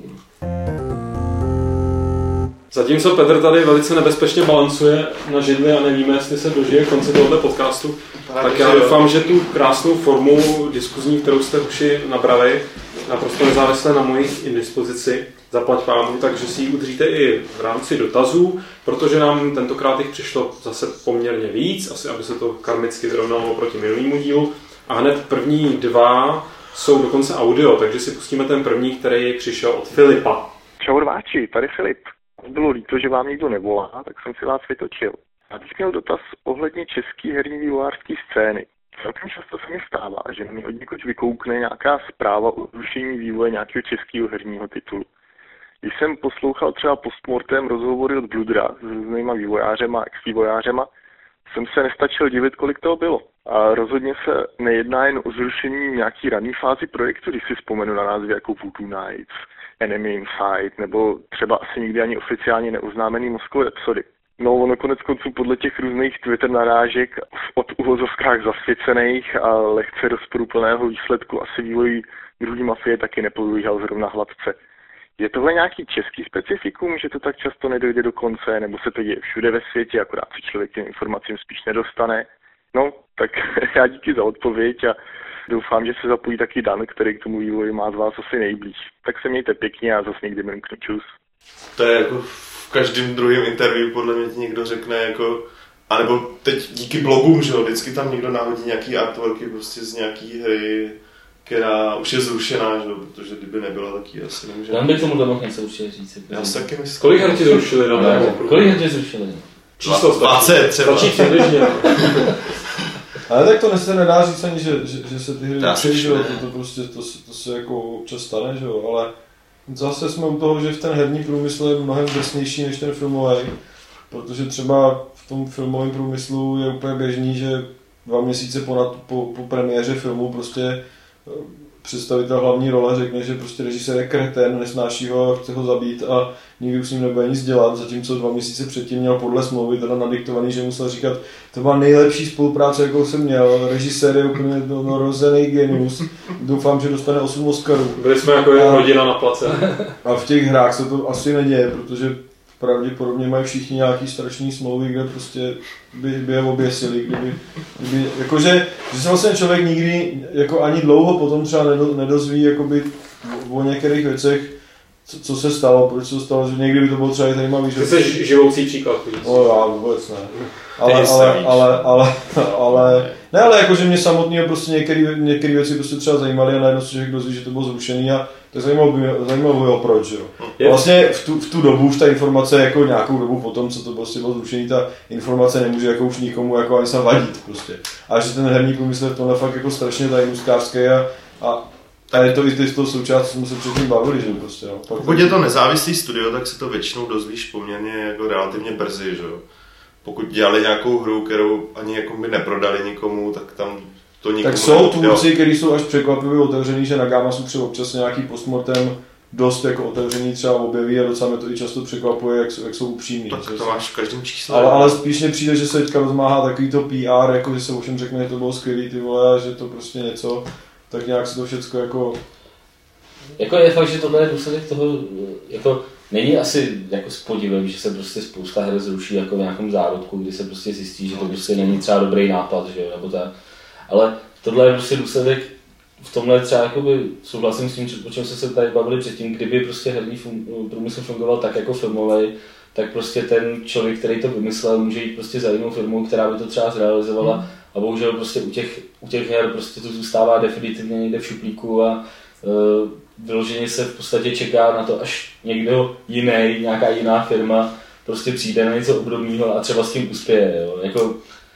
Zatímco Petr tady velice nebezpečně balancuje na židli a nevíme, jestli se dožije konce tohoto podcastu, tak já doufám, že tu krásnou formu diskuzní, kterou jste už nabrali, naprosto nezávisle na mojich indispozici, zaplať pámu, takže si ji udržíte i v rámci dotazů, protože nám tentokrát jich přišlo zase poměrně víc, asi aby se to karmicky vyrovnalo proti minulému dílu. A hned první dva jsou dokonce audio, takže si pustíme ten první, který přišel od Filipa. Čau rváči, tady Filip. Bylo líto, že vám nikdo nevolá, tak jsem si vás vytočil. Já bych měl dotaz ohledně české herní vývojářské scény. Celkem často se mi stává, že mi od někoč vykoukne nějaká zpráva o zrušení vývoje nějakého českého herního titulu. Když jsem poslouchal třeba postmortem rozhovory od Bludra s různýma vývojářema, ex-vývojářema, jsem se nestačil divit, kolik toho bylo. A rozhodně se nejedná jen o zrušení nějaký rané fázi projektu, když si vzpomenu na názvy jako Voodoo Nights, Enemy Inside, nebo třeba asi nikdy ani oficiálně neuznámený Moscow Rhapsody. No, ono konec konců podle těch různých Twitter narážek od uvozovkách zasvěcených a lehce rozporuplného výsledku asi vývoj druhý Mafie taky nepodlíhal zrovna hladce. Je tohle nějaký český specifikum, že to tak často nedojde do konce, nebo se to děje všude ve světě, akorát se člověk těm informacím spíš nedostane? No, tak já díky za odpověď a doufám, že se zapojí taky Dan, který k tomu vývoji má z vás asi nejblíž. Tak se mějte pěkně a zase někdy mrknu, čus. To je jako v každém druhém interview podle mě ti někdo řekne jako, anebo teď díky blogům, že jo, vždycky tam někdo náhodí nějaký artworky prostě z nějaký hry, která už je zrušená, že jo, protože kdyby nebyla, tak ji asi nemůže. Já bych tomu mohl něco určitě říct. Já si taky myslím. Kolik her ti zrušili? No, no, kolik her ti zrušili? Číslo dvacet třeba. Stačí přibližně. Ale tak to se nedá říct ani, že, že, že se ty hry zruší, že jo, to, to prostě, to, to se jako občas stane, že jo, ale zase jsme u toho, že v ten herní průmysl je mnohem drsnější než ten filmový, protože třeba v tom filmovém průmyslu je úplně běžný, že dva měsíce po, po, po premiéře filmu prostě představitel hlavní role řekne, že prostě režisér je kretén, nesnáší ho a chce ho zabít a nikdy už s ním nebude nic dělat, zatímco dva měsíce předtím měl podle smlouvy teda nadiktovaný, že musel říkat, to byla nejlepší spolupráce, jakou jsem měl, režisér je úplně rozený genius, doufám, že dostane osm Oscarů. Byli jsme jako jedna rodina na place. A v těch hrách se to asi neděje, protože pravděpodobně mají všichni nějaký strašný smlouvy, kde prostě by, by je oběsili, kdyby, kdyby jakože, že se vlastně člověk nikdy jako ani dlouho potom třeba nedozví jakoby o některých věcech, co, co se stalo, proč se to stalo, že někdy by to bylo třeba i zajímavý. Ty jsi živoucí příklad. No já vůbec ne. Ale, ale, ale, ale, ale, ne, ale jakože mě samotného prostě některé věci prostě třeba zajímaly a najednou se člověk dozví, že to bylo zrušený a to zajímalo by mě, zajímalo by mě proč, jo. A vlastně v tu, v tu dobu už ta informace jako nějakou dobu potom, co to prostě bylo zrušený, ta informace nemůže jako už nikomu jako ani se vadit prostě. A že ten herní průmysl je v tomhle fakt jako strašně tajnůskářský a, a a je to i ty z toho součást, co jsme se předtím bavili, že prostě, jo. Pokud je to nezávislý studio, tak se to většinou dozvíš poměrně jako relativně brzy, že jo. Pokud dělali nějakou hru, kterou ani jako by neprodali nikomu, tak tam to nikomu tak jsou tvůrci, kteří jsou až překvapivě otevřený, že na Gamasu třeba občas nějaký postmortem dost jako otevřený třeba objeví a docela mě to i často překvapuje, jak, jak jsou upřímní. Tak to máš v každém čísle. Ale, ale spíš mě přijde, že se teďka rozmáhá takový to P R, jako že se ovšem řekne, že to bylo skvělý ty vole, že to prostě něco, tak nějak se to všecko jako... Jako je fakt, že tohle je důsledek toho, jako není asi jako s podivem, že se prostě spousta her zruší jako v nějakém zárodku, kdy se prostě zjistí, že to prostě není třeba dobrý nápad, že jo, nebo tak. Ale tohle je prostě důsledek, v tomhle třeba jakoby souhlasím s tím, o čem se tady bavili předtím, kdyby prostě herní fun- průmysl fungoval tak jako filmový, tak prostě ten člověk, který to vymyslel, může jít prostě za jinou firmou, která by to třeba zrealizovala. Hmm. A bohužel prostě u těch, u těch her prostě to zůstává definitivně někde v šuplíku a uh, vyloženě se v podstatě čeká na to, až někdo jiný, nějaká jiná firma prostě přijde na něco obdobného a třeba s tím uspěje. Jo. Jako,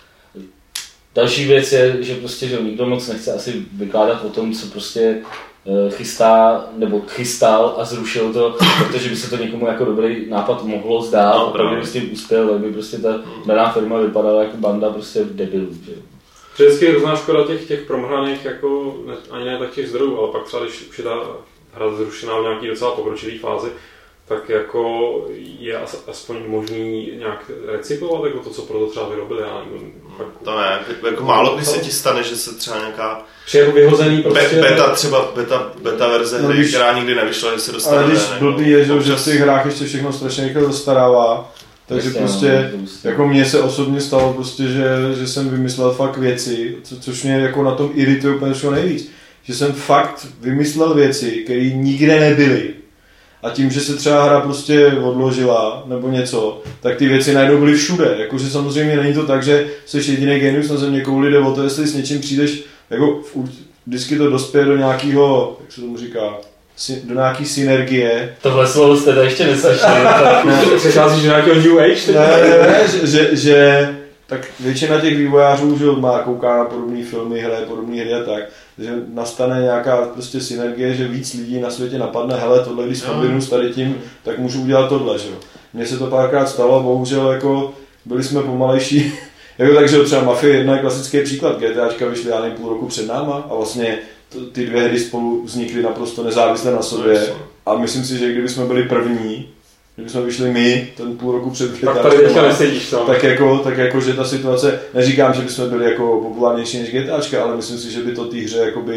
další věc je, že prostě že nikdo moc nechce asi vykládat o tom, co prostě uh, chystá nebo chystal a zrušil to, protože by se to někomu jako dobrý nápad mohlo zdát no, a pak by s tím uspěl, tak by prostě ta daná firma vypadala jako banda prostě debilů. Že? Vždycky je různá škoda těch, těch promrhaných, jako ne, ani ne tak těch zdrojů, ale pak třeba, když už je ta hra zrušená v nějaký docela pokročilý fázi, tak jako je as, aspoň možný nějak recyklovat jako to, co pro to třeba vyrobili. Já nevím, pak... To ne, jako málo kdy se ti stane, že se třeba nějaká přijel vyhozený prostě... Be, beta třeba, beta, beta verze no, hry, když, která nikdy nevyšla, že se dostane. Ale když blbý je, že, že v těch hrách ještě všechno strašně rychle zastarává, takže Ještě, prostě, no, jako mně se osobně stalo prostě, že, že jsem vymyslel fakt věci, co, což mě jako na tom irituje úplně všeho nejvíc. Že jsem fakt vymyslel věci, které nikde nebyly. A tím, že se třeba hra prostě odložila nebo něco, tak ty věci najednou byly všude. Jakože samozřejmě není to tak, že jsi jediný genius na země kouli, jde o to, jestli s něčím přijdeš, jako vždycky to dospěje do nějakého, jak se tomu říká, do nějaký synergie. Tohle slovo jste to ještě neslyšeli. Přecházíš do nějakého New Age? Ne, ne, ne, že, že, že tak většina těch vývojářů, že má kouká na podobné filmy, hraje podobné hry a tak, že nastane nějaká prostě synergie, že víc lidí na světě napadne, hele, tohle, když kombinu s tady tím, tak můžu udělat tohle, že jo. Mně se to párkrát stalo, bohužel jako byli jsme pomalejší, jako takže třeba Mafia jedna je klasický příklad, GTAčka vyšly já nevím půl roku před náma a vlastně ty dvě hry spolu vznikly naprosto nezávisle na sobě a myslím si, že kdyby jsme byli první, kdyby jsme vyšli my ten půl roku před G T A, tak tady teďka nesedíš tam. Tak jako, tak jako, že ta situace, neříkám, že bychom byli jako populárnější než GTAčka, ale myslím si, že by to té hře jakoby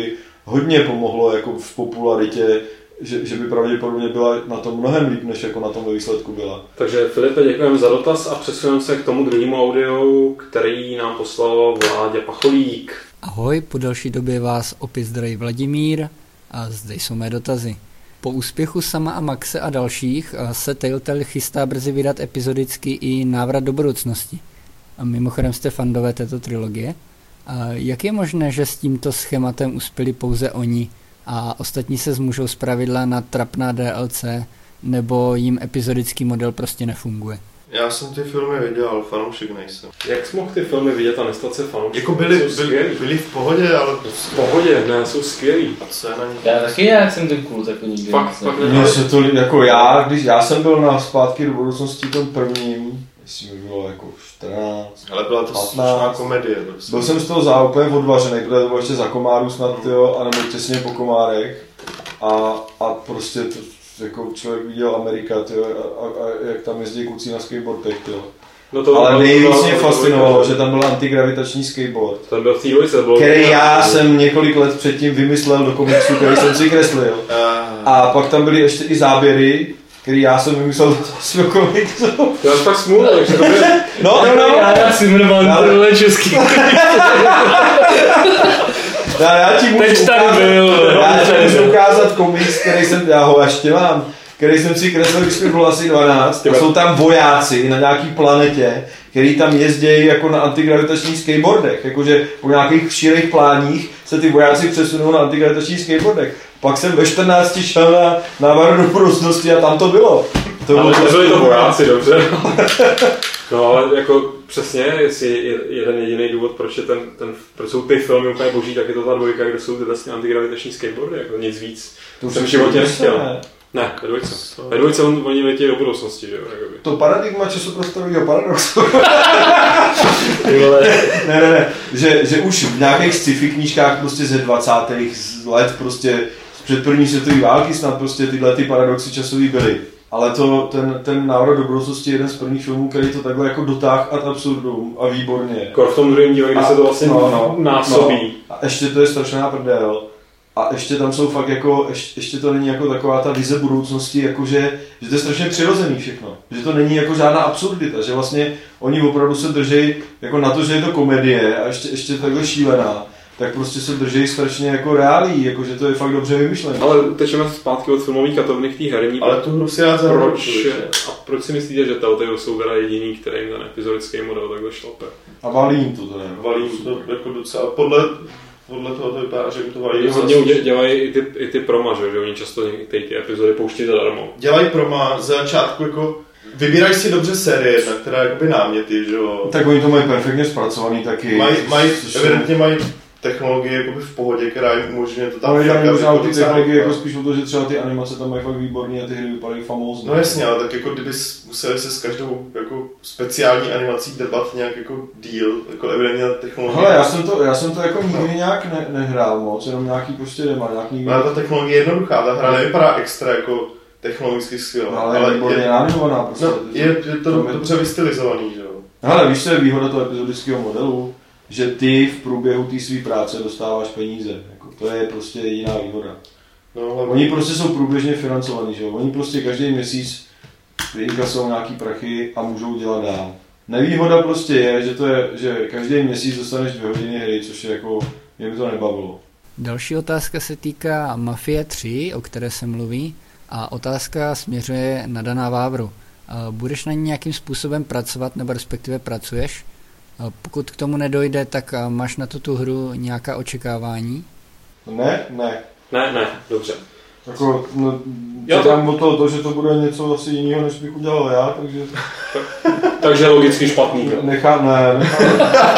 hodně pomohlo jako v popularitě, že, že by pravděpodobně byla na tom mnohem líp, než jako na tom výsledku byla. Takže Filipe, děkujeme za dotaz a přesuneme se k tomu druhému audiu, který nám poslal Vláďa Pacholík. Ahoj, po delší době vás opět zdraví Vladimír a zde jsou mé dotazy. Po úspěchu Sama a Maxe a dalších se Telltale chystá brzy vydat epizodicky i Návrat do budoucnosti. A mimochodem jste fandové této trilogie. A jak je možné, že s tímto schématem uspěli pouze oni a ostatní se zmůžou zpravidla na trapná D L C, nebo jim epizodický model prostě nefunguje? Já jsem ty filmy viděl, fanoušek nejsem. Jak jsi mohl ty filmy vidět a nestat se fanoušek? Jako byli, byli, byli v pohodě, ale... V pohodě, ne, jsou skvělý. A co je na ní? Já taky nějak jsem ten kult jako nikdy. Fakt, fakt Mně se to, jako já, když já jsem byl na Zpátky do budoucnosti tom prvním, jestli mi bylo jako čtrnáct, ale byla to slušná komedie. Prostě. Byl jsem z toho za úplně odvařený, protože to bylo ještě za komáru snad, tyjo, anebo těsně po komárech. A, a prostě to, jako člověk viděl Amerika, tyjo, a, a, a jak tam jezdí kluci na skateboardech, tyjo. No to, ale nejvíc mě to, fascinovalo, to, že tam byl antigravitační skateboard, ten byl v té dvojce, bylo který já to, jsem několik let předtím vymyslel do komiksu, který jsem si kreslil. A pak tam byly ještě i záběry, který já jsem vymyslel do svého komiksu. To je tak smůl, takže to byl... No, no, no. Já si jmenoval tohle český. Já, já ti můžu ukázat, já ti můžu ukázat komiks, který jsem, já ho ještě mám, který jsem si kreslil, když mi bylo asi dvanáct. A jsou tam vojáci na nějaký planetě, který tam jezdí jako na antigravitačních skateboardech. Jakože po nějakých širých pláních se ty vojáci přesunou na antigravitačních skateboardech. Pak jsem ve čtrnácti šel na Návrat do budoucnosti a tam to bylo. To ale bylo nebyli to vojáci, dobře. No ale jako přesně, jestli je jeden jediný důvod, proč, je ten, ten, proč jsou ty filmy úplně boží, tak je to ta dvojka, kde jsou ty vlastně antigravitační skateboardy, jako nic víc. To jsem v životě nechtěl. Ne, ne ve dvojce. Ve dvojce on, oni letějí do budoucnosti, že jo? To paradigma časoprostorového paradoxu. ne, ne, ne, že, že už v nějakých sci-fi knížkách prostě ze dvacátých let prostě před první světové války snad prostě tyhle ty paradoxy časový byly. Ale to, ten, ten Návrat do budoucnosti je jeden z prvních filmů, který to takhle jako dotáh ad absurdum a výborně. Kor v tom druhém díle, kde se to vlastně no, no, násobí. No. A ještě to je strašná prdel. A ještě tam jsou fakt jako, ještě, ještě to není jako taková ta vize budoucnosti, jakože, že to je strašně přirozený všechno. Že to není jako žádná absurdita, že vlastně oni opravdu se drží jako na to, že je to komedie a ještě, ještě takhle šílená. Tak prostě se drží strašně jako reálí, jakože to je fakt dobře vymyšlené. Ale tečeme zpátky od filmových katovny k té herní. Ale tu hru si já proč, a proč si myslíte, že Telltale jsou teda jediný, který jim ten epizodický model takhle šlape? A valí jim to teda. Valí jim to jako docela. Podle, podle toho to vypadá, že jim to valí. Hodně udě, dělají i ty, i ty proma, že? Že oni často ty, ty epizody pouští zadarmo. Dělají proma, ze začátku jako vybírají si dobře série, na která jakoby náměty, že jo. Tak oni to mají perfektně zpracovaný taky. Mají, maj, evidentně mají technologie jakoby v pohodě, která jim umožňuje to tam... Ale já možná ty technologie jako spíš o to, že třeba ty animace tam mají fakt výborný a ty hry vypadají famózně. No jasně, ale tak jako kdyby museli se s každou jako speciální animací debat nějak jako deal, jako evidentně technologie... Hele, já jsem to, já jsem to jako nikdy nějak ne, nehrál moc, jenom nějaký prostě nemá, nějaký... Ale ta technologie je jednoduchá, ta hra nevypadá extra jako technologicky skvělá. No, ale, ale je výborně animovaná prostě. No, je, je to dobře vystylizovaný, že jo. Hele, víš, co je výhoda toho epizodického modelu? Že ty v průběhu té své práce dostáváš peníze. Jako, to je prostě jediná výhoda. No, ale... Oni prostě jsou průběžně financovaní, že jo? Oni prostě každý měsíc vyinkasují nějaký prachy a můžou dělat dál. Nevýhoda prostě je, že to je, že každý měsíc dostaneš dvě hodiny hry, což je jako, mě by to nebavilo. Další otázka se týká Mafie tři, o které se mluví, a otázka směřuje na Dana Vávru. Budeš na ní nějakým způsobem pracovat, nebo respektive pracuješ? Pokud k tomu nedojde, tak máš na to tu hru nějaká očekávání? Ne, ne. Ne, ne, dobře. Jako, no, čekám od toho to, že to bude něco asi jiného, než bych udělal já, takže... takže logicky špatný. Nechám, ne, nechám.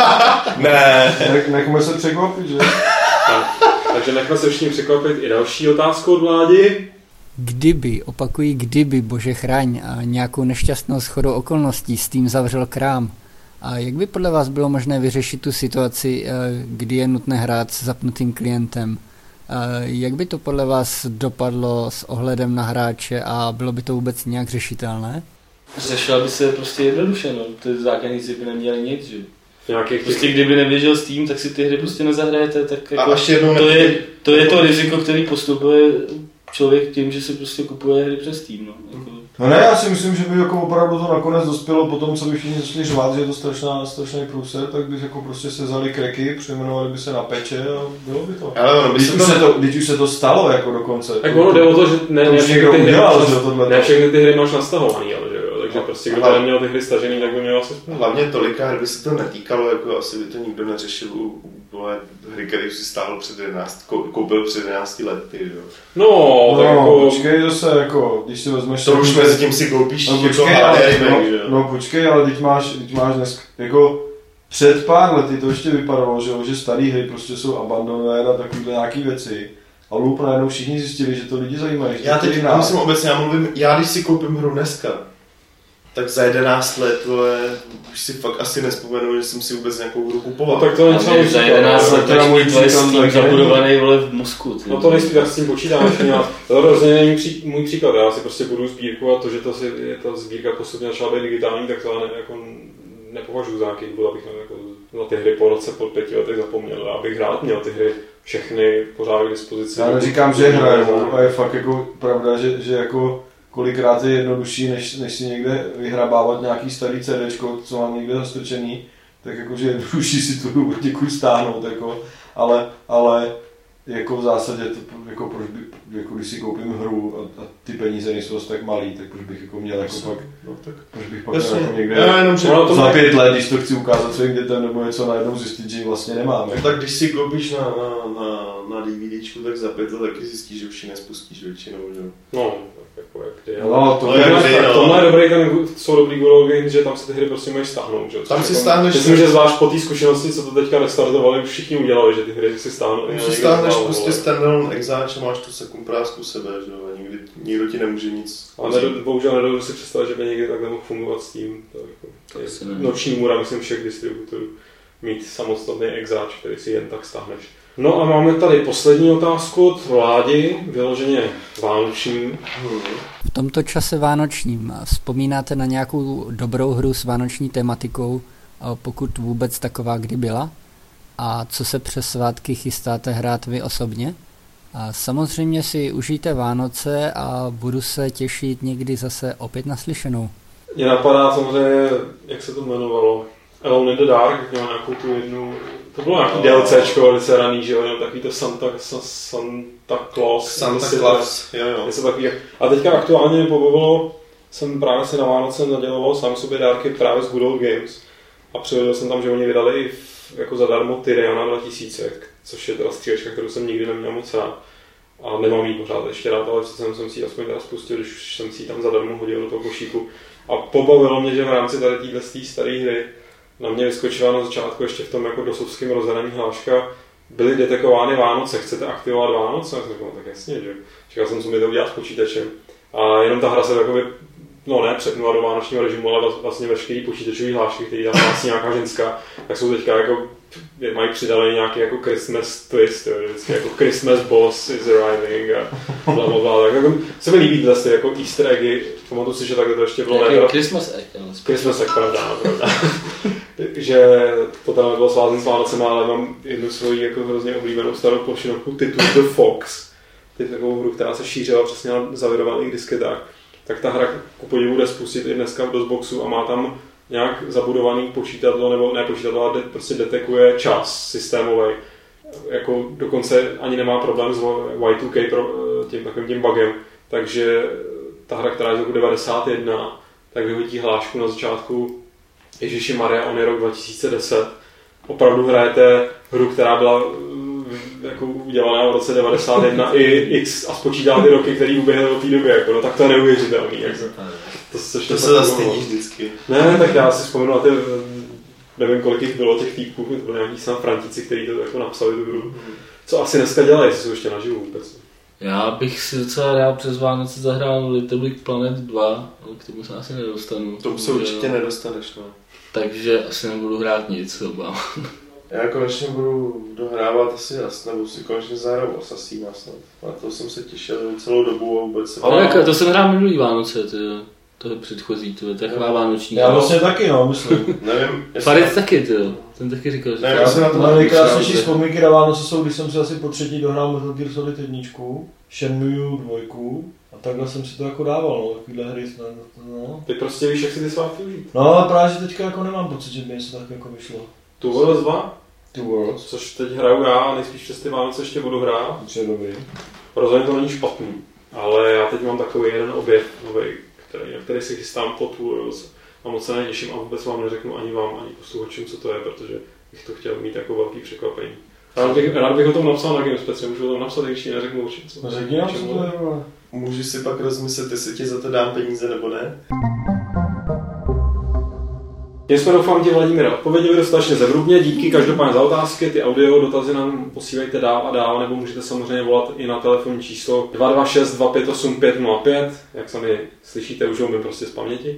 ne. Nech, nechme se překvapit, že? Tak, takže nechme se všichni překvapit i další otázku od Vládi. Kdyby, opakují kdyby, bože chraň, a nějakou nešťastnou shodou okolností Steam zavřel krám, a jak by podle vás bylo možné vyřešit tu situaci, kdy je nutné hrát s zapnutým klientem? Jak by to podle vás dopadlo s ohledem na hráče a bylo by to vůbec nějak řešitelné? Řešila by se prostě jednoduše, no. Ty zákazníci by neměli nic, že? nějakých... Prostě kdyby nevěděl Steam, tak si ty hry prostě nezahrajete, tak jako... A jednou to, je, to je to riziko, který postupuje člověk tím, že si prostě kupuje hry přes Steam, no. Jako... No ne, já si myslím, že by jako opravdu to nakonec dospělo po tom, co by všichni začali řvát, že je to strašná, strašný průser, tak by jako prostě se vzali kreky, přejmenovali by se na peče a bylo by to. Ale ono by Když se už, to... se to, když už se to stalo jako dokonce. Tak ono jde o to, že ne, to ne, všechny, ty hry udělal, máš, že tohle ne všechny ty hry máš nastahovaný, ale že jo, takže No, prostě kdo ale- by neměl ty hry stažený, tak by měl asi spolu. Hlavně tolika her by se to netýkalo, jako asi by to nikdo neřešil u, u vole, hry, který si stáhl před jedenáct, koupil před jedenácti lety, jo. No, No, tak jako... počkej zase, jako, když si vezmeš... To už mezi tím si koupíš No jako počkej, H D ale, remake, no, že jo. no počkej, ale teď máš, teď máš dnes, jako před pár lety to ještě vypadalo, že, jo, že staré hry prostě jsou abandonové a takovýhle nějaký věci. A lup najednou všichni zjistili, že to lidi zajímají. Já teď myslím obecně, já mluvím, já když si koupím hru dneska, tak za jedenáct let, vole, už si fakt asi nespomenu, že jsem si vůbec nějakou hru kupoval. No tak to není Ale za jedenáct let teda můj to je příklad Steam taky zabudovaný vole v mozku. Ty. No to nejspíš, já s tím počítám, že měla. To rozhodně není pří, můj příklad, já si prostě budu sbírku a to, že to si, je ta sbírka postupně začala být digitální, tak to já ne, jako, nepovažuji za nějaký důvod, abych jako, na ty hry po roce, po pěti letech zapomněl. Já bych rád měl ty hry všechny pořád k dispozici. Já neříkám, že hraju, a je fakt jako pravda, že, že jako kolikrát je jednodušší, než, než si někde vyhrabávat nějaký starý CDčko, co mám někde zastrčený, tak jakože je jednodušší si tu hru od někud stáhnout, jako, ale, ale jako v zásadě, to, jako, proč by, jako když si koupím hru a, a ty peníze nejsou tak malý, tak proč bych jako měl jako pak, No, tak. proč bych pak Jasně. jako někde Já jenom, že No, to za má- pět let, když to chci ukázat svým dětem nebo něco najednou zjistit, že ji vlastně nemám. No, tak když si koupíš na, na, na, na DVDčku, tak za pět let taky zjistíš, že už ji nespustíš většinou, že jo. No, tak jako jak kdy. No, to No, je jak Tak kdy, no. tohle je dobrý, ten, jsou dobrý Google Games, že tam si ty hry prostě můžeš stáhnout, že? Tam Což si jako- stáhneš- Myslím, že zvlášť po té zkušenosti, co to teďka restartovali, už všichni udělali, že ty hry si stáhnou. Tam si stáhneš prostě standalone exáč a máš tu sekundprázku sebe, že jo, a nikdy, nikdo ti nemůže nic. Ale nedo, bohužel nedovedu si představit, že by někdy takhle mohl fungovat s tím. To jako, je asi ne. noční můra, myslím, všech distributorů mít samostatný exáč, který si jen tak stáhneš. No a máme tady poslední otázku od Vládi, vyloženě vánoční. V tomto čase vánočním vzpomínáte na nějakou dobrou hru s vánoční tematikou, pokud vůbec taková kdy byla? A co se přes svátky chystáte hrát vy osobně? A samozřejmě si užijte Vánoce a budu se těšit někdy zase opět naslyšenou. Mě napadá samozřejmě, jak se to jmenovalo, Alone in the Dark, měl nějakou tu jednu, to bylo nějaký DLCčko, velice raný, že jo, jenom takový to Santa, Santa Claus. Santa Claus, jo jo. Něco takový. A teďka aktuálně mě pobavilo, jsem právě si na Vánoce naděloval sám sobě dárky právě z Good Old Games a přivedl jsem tam, že oni vydali jako zadarmo Tyriana dva tisíce, což je teda střílečka, kterou jsem nikdy neměl moc rád. A nemám jí pořád ještě rád, ale jsem, jsem si ji aspoň teda spustil, když už jsem si ji tam zadarmo hodil do toho košíku. A pobavilo mě, že v rámci tady téhle staré hry na mě vyskočila na začátku ještě v tom jako dosovském rozhraní hláška, byly detekovány Vánoce, chcete aktivovat Vánoce? Já jsem řekl, no, tak jasně, že? Čekal jsem, co mi to udělat s počítačem. A jenom ta hra se takový, no ne, přepnula do vánočního režimu, ale vlastně veškerý počítačový hlášky, který tam vlastně nějaká ženská, tak jsou teďka jako, mají přidaný nějaký jako Christmas twist, jo, vždycky jako Christmas boss is arriving a bla bla bla, tak jako se mi líbí vlastně jako easter eggy, pamatuju si, že takhle to ještě bylo Jaký ne, Christmas egg, ale Christmas egg, pravda, no, pravda. že to tam nebylo svázen s Vánocem, ale mám jednu svoji jako hrozně oblíbenou starou plošinovku titul The Fox, teď takovou hru, která se šířila přesně na zavirovaných disketách. Tak ta hra ku podivu jde spustit i dneska v DOSBoxu a má tam nějak zabudovaný počítadlo, nebo ne počítadlo, ale de, prostě detekuje čas systémový. Jako dokonce ani nemá problém s Y dva K pro, tím takovým tím bugem. Takže ta hra, která je z roku devadesát jedna, tak vyhodí hlášku na začátku Ježíši Maria, on je rok dva tisíce deset. Opravdu hrajete hru, která byla jako udělaná v roce devadesát jedna i X a spočítá ty roky, které uběhly od té doby, jako, no tak to je neuvěřitelný. Jako. To, to, to se zastydíš vždycky. Ne, tak já si vzpomenu na ty, nevím kolik jich bylo těch týpků, to byly nějaký snad Frantíci, kteří to jako napsali tu hru. Co asi dneska dělají, jestli jsou ještě naživu vůbec. Já bych si docela rád přes Vánoce zahrál Little Big Planet dva, ale k tomu se asi nedostanu. To se určitě nedostaneš, no. Takže asi nebudu hrát nic, obávám. Já konečně budu dohrávat asi jas, nebo si konečně zahraju Assassina snad. Na to jsem se těšil celou dobu a vůbec se... Ale jak, to jsem hrál minulý Vánoce, ty. To je předchozí, to je taková vánoční. Já vlastně taky, no, myslím. Nevím. Farid taky, ty jo. Ten taky říkal, že... Ne, já jsem na to na nejkrásnější vzpomínky na Vánoce jsou, když jsem si asi po třetí dohrál Metal Gear Solid jedničku, Shenmue dvojku a takhle jsem si to jako dával, no, takovýhle hry, no. Ty prostě víš, jak si ty svátky užít. No, ale právě, že teďka jako nemám pocit, že by něco tak jako vyšlo. Two Worlds dva? Two Worlds. Což teď hraju já a nejspíš přes ty Vánoce ještě budu hrát. Přijde dobrý. Rozhodně to není špatný, ale já teď mám takový jeden objev nový, který, na který si chystám po Two Worlds a moc se netěším a vůbec vám neřeknu ani vám, ani posluchačům, co to je, protože bych to chtěl mít jako velký překvapení. Rád bych, rád bych o tom napsal na Gamespecie, můžu o tom napsat, když ji neřeknu určitě. Co, no řekni nám, co to je. Můžu si pak rozmyslet, jestli ti za to dám peníze nebo ne? Tím jsme doufám ti, Vladimíre, odpověděli dostatečně zevrubně, díky každopádně za otázky, ty audio dotazy nám posílejte dál a dál, nebo můžete samozřejmě volat i na telefonní číslo dva dva šest dva pět osm pět nula pět, jak sami slyšíte, už ho umím prostě z paměti.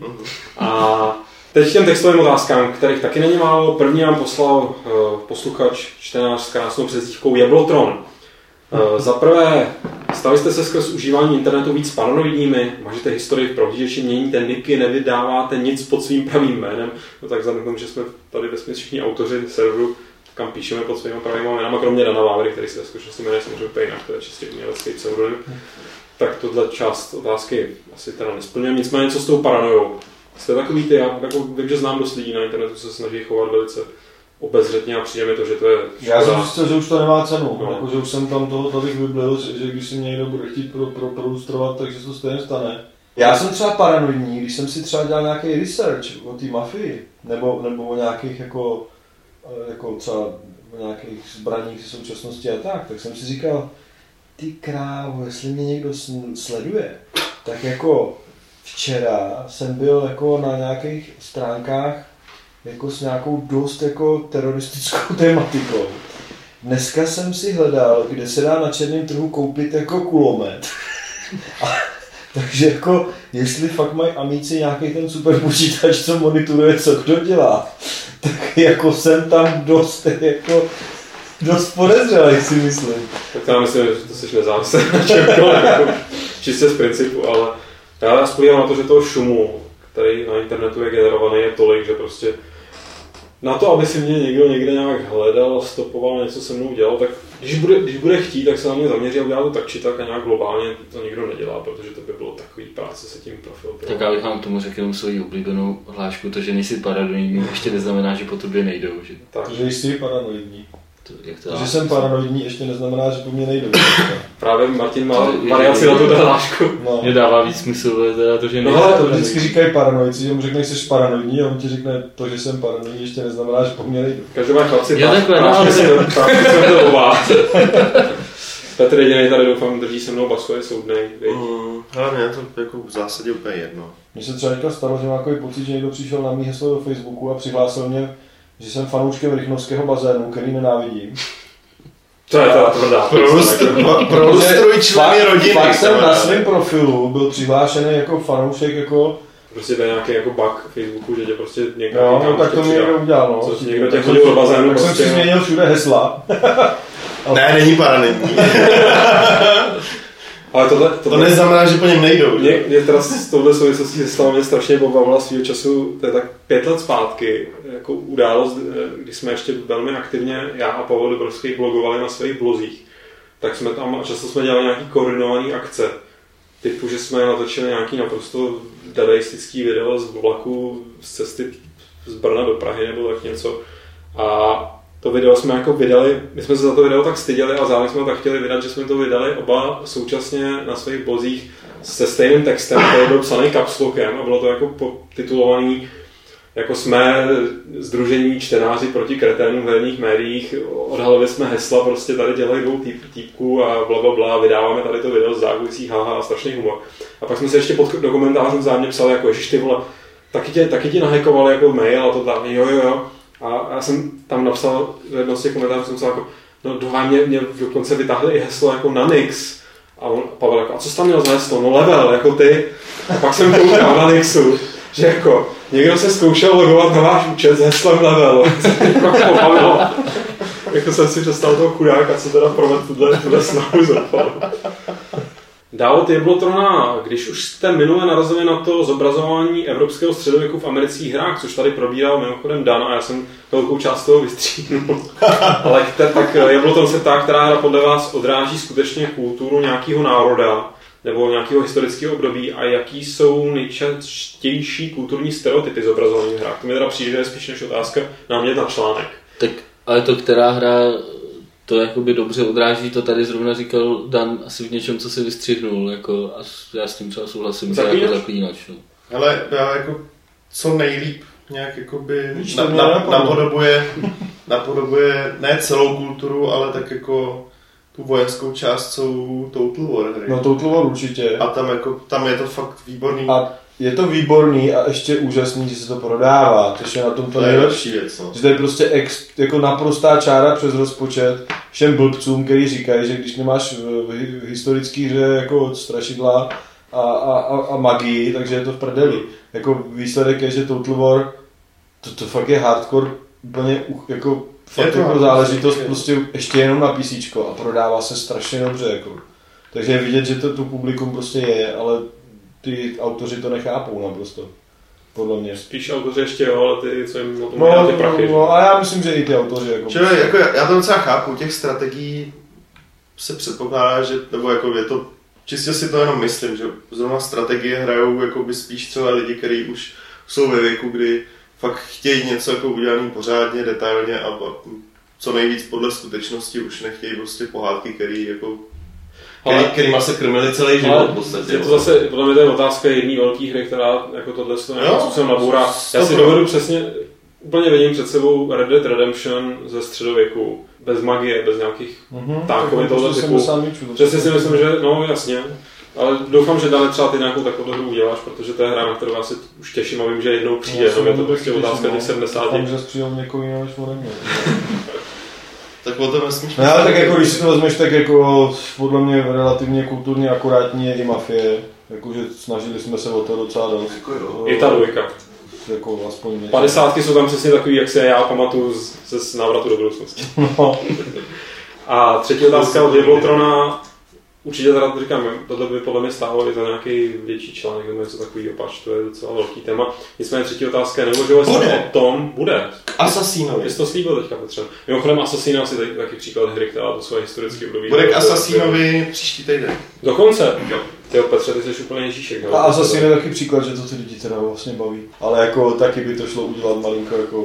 A teď těm textovým otázkám, kterých taky není málo. První nám poslal uh, posluchač, čtenář s krásnou přezdívkou Jablotron. Uh, za prvé, stali jste se skrz užívání internetu víc paranoidními, mážete historii v prohlížeči, měníte niky, nevydáváte nic pod svým pravým jménem. No tak vzhledem k tomu, že jsme tady vesměs všichni autoři serveru, kam píšeme pod svými pravými jménama, kromě Dana Vávry, který se ve skutečnosti jmenuje samozřejmě úplně jinak, to je čistě umělecký pseudonym. Tak tohle část otázky asi teda nesplňuje. Nicméně, co s tou paranojou? Jste takový ty, já jako vím, že znám dost lidí na internetu, se snaží chovat velice obezřetně a přijde mi to, že to je škoda. Já jsem zjistil, že už to nemá cenu, no. Jako, že už jsem tam toho tolik vyblil, že, že když si mě někdo bude chtít pro, pro, produstrovat, takže se to stejně stane. Já jsem třeba paranoidní, když jsem si třeba dělal nějaký research o té mafii, nebo, nebo o nějakých jako, jako třeba o nějakých zbraních v současnosti a tak, tak jsem si říkal, ty krávo, jestli mě někdo sleduje, tak jako včera jsem byl jako na nějakých stránkách jako s nějakou dost jako teroristickou tématikou. Dneska jsem si hledal, kde se dá na černém trhu koupit jako kulomet. A, takže jako, jestli fakt mají amíci nějaký ten super počítač, co monitoruje, co kdo dělá, tak jako jsem tam dost jako dost podezřelý, si myslím. Tak já myslím, že to jsi nezávislý na čemkoliv, jako čistě z principu, ale já spolíhám na to, že toho šumu, který na internetu je generovaný, je tolik, že prostě na to, aby si mě někdo někde nějak hledal, stopoval, něco se mnou dělal, tak když bude, když bude chtít, tak se na mě zaměří a udělá to tak či tak a nějak globálně to nikdo nedělá, protože to by bylo takový práce se tím profilem. Tak já bych vám k tomu řekl jenom svoji oblíbenou hlášku, to, že nejsi paranoidní, ještě neznamená, že po tobě nejdou. Že? Tak. Že jsi paranoidní. To, jak to to že jsem paranoidní, ještě neznamená, že po mně nejdou. Právě Martin má variaci na tu hlášku. No. Mě dává víc smysl, teda to, že nejsi. No ale to vždycky říkají paranoidci, že mu řekneš, že jsi paranoidní a on ti řekne to, že jsem paranoidní, ještě neznamená, že po mně nejdou. Každopádně chlapci, já takhle, no, ale jsem to oba. Petr jedinej tady doufám drží se mnou basu, je soudnej. Mm, ale mě je to jako v zásadě úplně jedno. Mně se třeba teďka stalo, že mám takový pocit, že někdo přišel na mý heslo do Facebooku a přihlásil mě, že jsem fanouškem Rychnovského bazénu, který nenávidím. To je ta tvrdá. Prolustruj členy rodiny. Pak jsem na svém profilu byl přihlášený jako fanoušek, jako... Prostě to je nějaký jako bug Facebooku, že tě prostě někdo... No, no tak to mi někdo udělal, no. Co někdo tě chodil do bazénu, tak prostě... jsem si změnil všude hesla. Ne, není paranoidní. Ale tohle, tohle, to neznamená, že po něm nejdou. Mě, mě teda s touhle souvislostí se stalo mě strašně pobavila svýho času, to je tak pět let zpátky, jako událost, kdy jsme ještě velmi aktivně, já a Pavel Dobrovský blogovali na svých blozích, tak jsme tam a často jsme dělali nějaký koordinovaný akce, typu, že jsme natočili nějaký naprosto dadaistický video z vlaku z cesty z Brna do Prahy nebo tak něco a to video jsme jako vydali, my jsme se za to video tak styděli a zároveň jsme to tak chtěli vydat, že jsme to vydali oba současně na svých blozích se stejným textem, který byl psaný capslockem a bylo to jako potitulovaný jako jsme sdružení čtenáři proti kreténům v herních médiích, odhalili jsme hesla, prostě tady dělají dvou týp, týpků a blablabla, vydáváme tady to video z zákulisí, haha, strašný humor. A pak jsme se ještě pod, do komentářů vzájemně psali jako ježiš ty vole, taky tě, taky ti nahackovali jako mail a to tam, jo jo jo. A já jsem tam napsal v jednom z těch komentářů, jsem psal jako, no dohá mě, mě dokonce vytáhli i heslo jako na Nix. A on, Pavel jako, a co jsi tam měl za heslo? No level, jako ty. A pak jsem koukal na Nixu, že jako, někdo se zkoušel logovat na váš účet s heslem level. Jako jsem si představil toho chudáka, co teda provedl tuhle, tuhle snahu zapal. Dál od Jablotrona, když už jste minule narazili na to zobrazování evropského středověku v amerických hrách, což tady probíral mimochodem Dan a já jsem velkou část toho vystříhnul. Ale tak Jablotron se ptá, která hra podle vás odráží skutečně kulturu nějakého národa nebo nějakého historického období a jaký jsou nejčastější kulturní stereotypy zobrazované v hrách. To mi teda přijde spíš než otázka námět na článek. Tak ale to, která hra to jakoby dobře odráží, to tady zrovna říkal Dan asi v něčem, co si vystřihnul, jako, a já s tím třeba souhlasím, že jako Zaklínač. No. Ale já jako co nejlíp nějak jakoby na, na, napodobuje, napodobuje ne celou kulturu, ale tak jako tu vojenskou část jsou Total War hry. No Total War určitě. A tam, jako, tam je to fakt výborný. A je to výborný a ještě úžasný, že se to prodává, což je na tom to nejlepší. Věc, no. Že to je prostě ex, jako naprostá čára přes rozpočet všem blbcům, který říkají, že když nemáš v, v historické hře jako strašidla a, a, a, a magii, takže je to v prdeli. Jako výsledek je, že Total War, to, to fakt je hardcore, úplně jako, fakt to jako záležitost prostě ještě jenom na PCčko a prodává se strašně dobře. Jako. Takže je vidět, že to tu publikum prostě je, ale ty autoři to nechápou naprosto, podle mě. Spíš autoři ještě jo, ale ty, co jim o tom no, ty prachy. No, a já myslím, že i ty autoři. Jako Čili, jako já to docela chápu, těch strategií se předpokládá, že, nebo jako je to, čistě si to jenom myslím, že zrovna strategie hrajou jako by spíš třeba lidi, kteří už jsou ve věku, kdy fakt chtějí něco jako udělaný pořádně, detailně a co nejvíc podle skutečnosti už nechtějí prostě pohádky, který jako Který, kterýma se krmili celý život v podstatě. Je to zase, podle mě to je otázka jedné velké hry, která jako tohle se nějakým způsobem nabourá. Já si dovedu přesně, úplně vidím před sebou Red Dead Redemption ze středověku, bez magie, bez nějakých mm-hmm, tákovin tohle typu. Přesně si myslím, že no jasně, ale doufám, že dále třeba ty nějakou takovou hru uděláš, protože to je hra, na kterou já si už těším a vím, že jednou přijde, no, je to prostě otázka těch sedmdesáti. Doufám, že jsi přijel někoho jiného než ode mě. Tak o tom nesmíš. No, ale tak jako když si to vezmeš, tak jako podle mě relativně kulturně akurátní je i Mafie. Jakože snažili jsme se o to docela dost. I ta dvojka. Jako aspoň něčem. Padesátky jsou tam přesně takový, jak se já pamatuju ze z návratu do budoucnosti. No. A třetí otázka od Jablotrona. Určitě teda to říkám, tohle by podle mě stálo i za nějaký větší článek, nebo něco takovýho, pač, to je docela velký téma. Nicméně třetí otázka je, neuvažoval jste o tom, bude. Asasínovi. Jsi to slíbil teďka, Petře. Mimochodem Asasína asi taky, taky příklad hry, která to svoje historické období. Bude k Asasínovi příští týden. Dokonce? Jo. Ty Petře, ty jsi úplně Ježíšek. A Asasín je taky příklad, že to ty lidi teda vlastně baví. Ale jako taky by to šlo udělat malinko jako...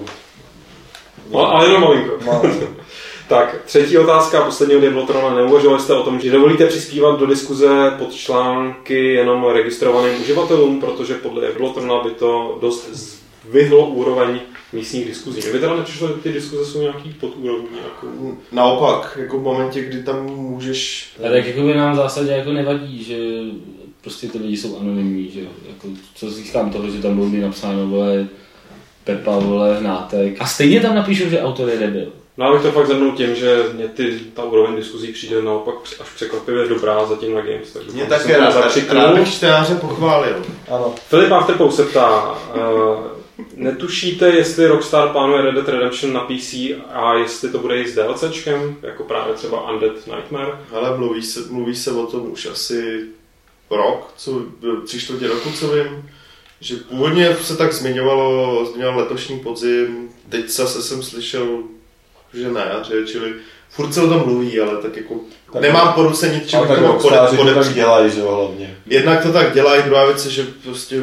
No, ale jenom malinko. Tak, třetí otázka, poslední od Jablotrona. Neuvažovali jste o tom, že dovolíte přispívat do diskuze pod články jenom registrovaným uživatelům, protože podle Jablotrona by to dost zvyhlo úroveň místních diskuzí. Mě by teda nepřišlo, že ty diskuze jsou nějaký podúrovní. Jako... Naopak, jako v momentě, kdy tam můžeš... A tak jako by nám v zásadě jako nevadí, že prostě ty lidi jsou anonymní, že jako, co získám toho, že tam bylo napsáno, vole, Pepa, vole, Hnátek. A stejně tam napíšu, že autor je debil. No abych to fakt zhrnul tím, že mě ty, ta úroveň diskuzí přijde naopak až překvapivě dobrá zatím na Games. Takže mě také rád, rád bych čtenáře pochválil. Ano. Filip Afterpou se ptá, uh, netušíte, jestli Rockstar plánuje Red Dead Redemption na P C a jestli to bude i s DLCčkem, jako právě třeba Undead Nightmare? Ale mluví se, mluví se o tom už asi rok, co, tři čtvrtě roku, co vím. Že původně se tak zmiňovalo, zmiňoval letošní podzim, teď zase jsem slyšel, že ne, čili furt se o tom mluví, ale tak jako tak nemám po ruce nic, čemu tomu podepřít. To tak dělají, že jo, hlavně. Jednak to tak dělají, druhá věc je, že prostě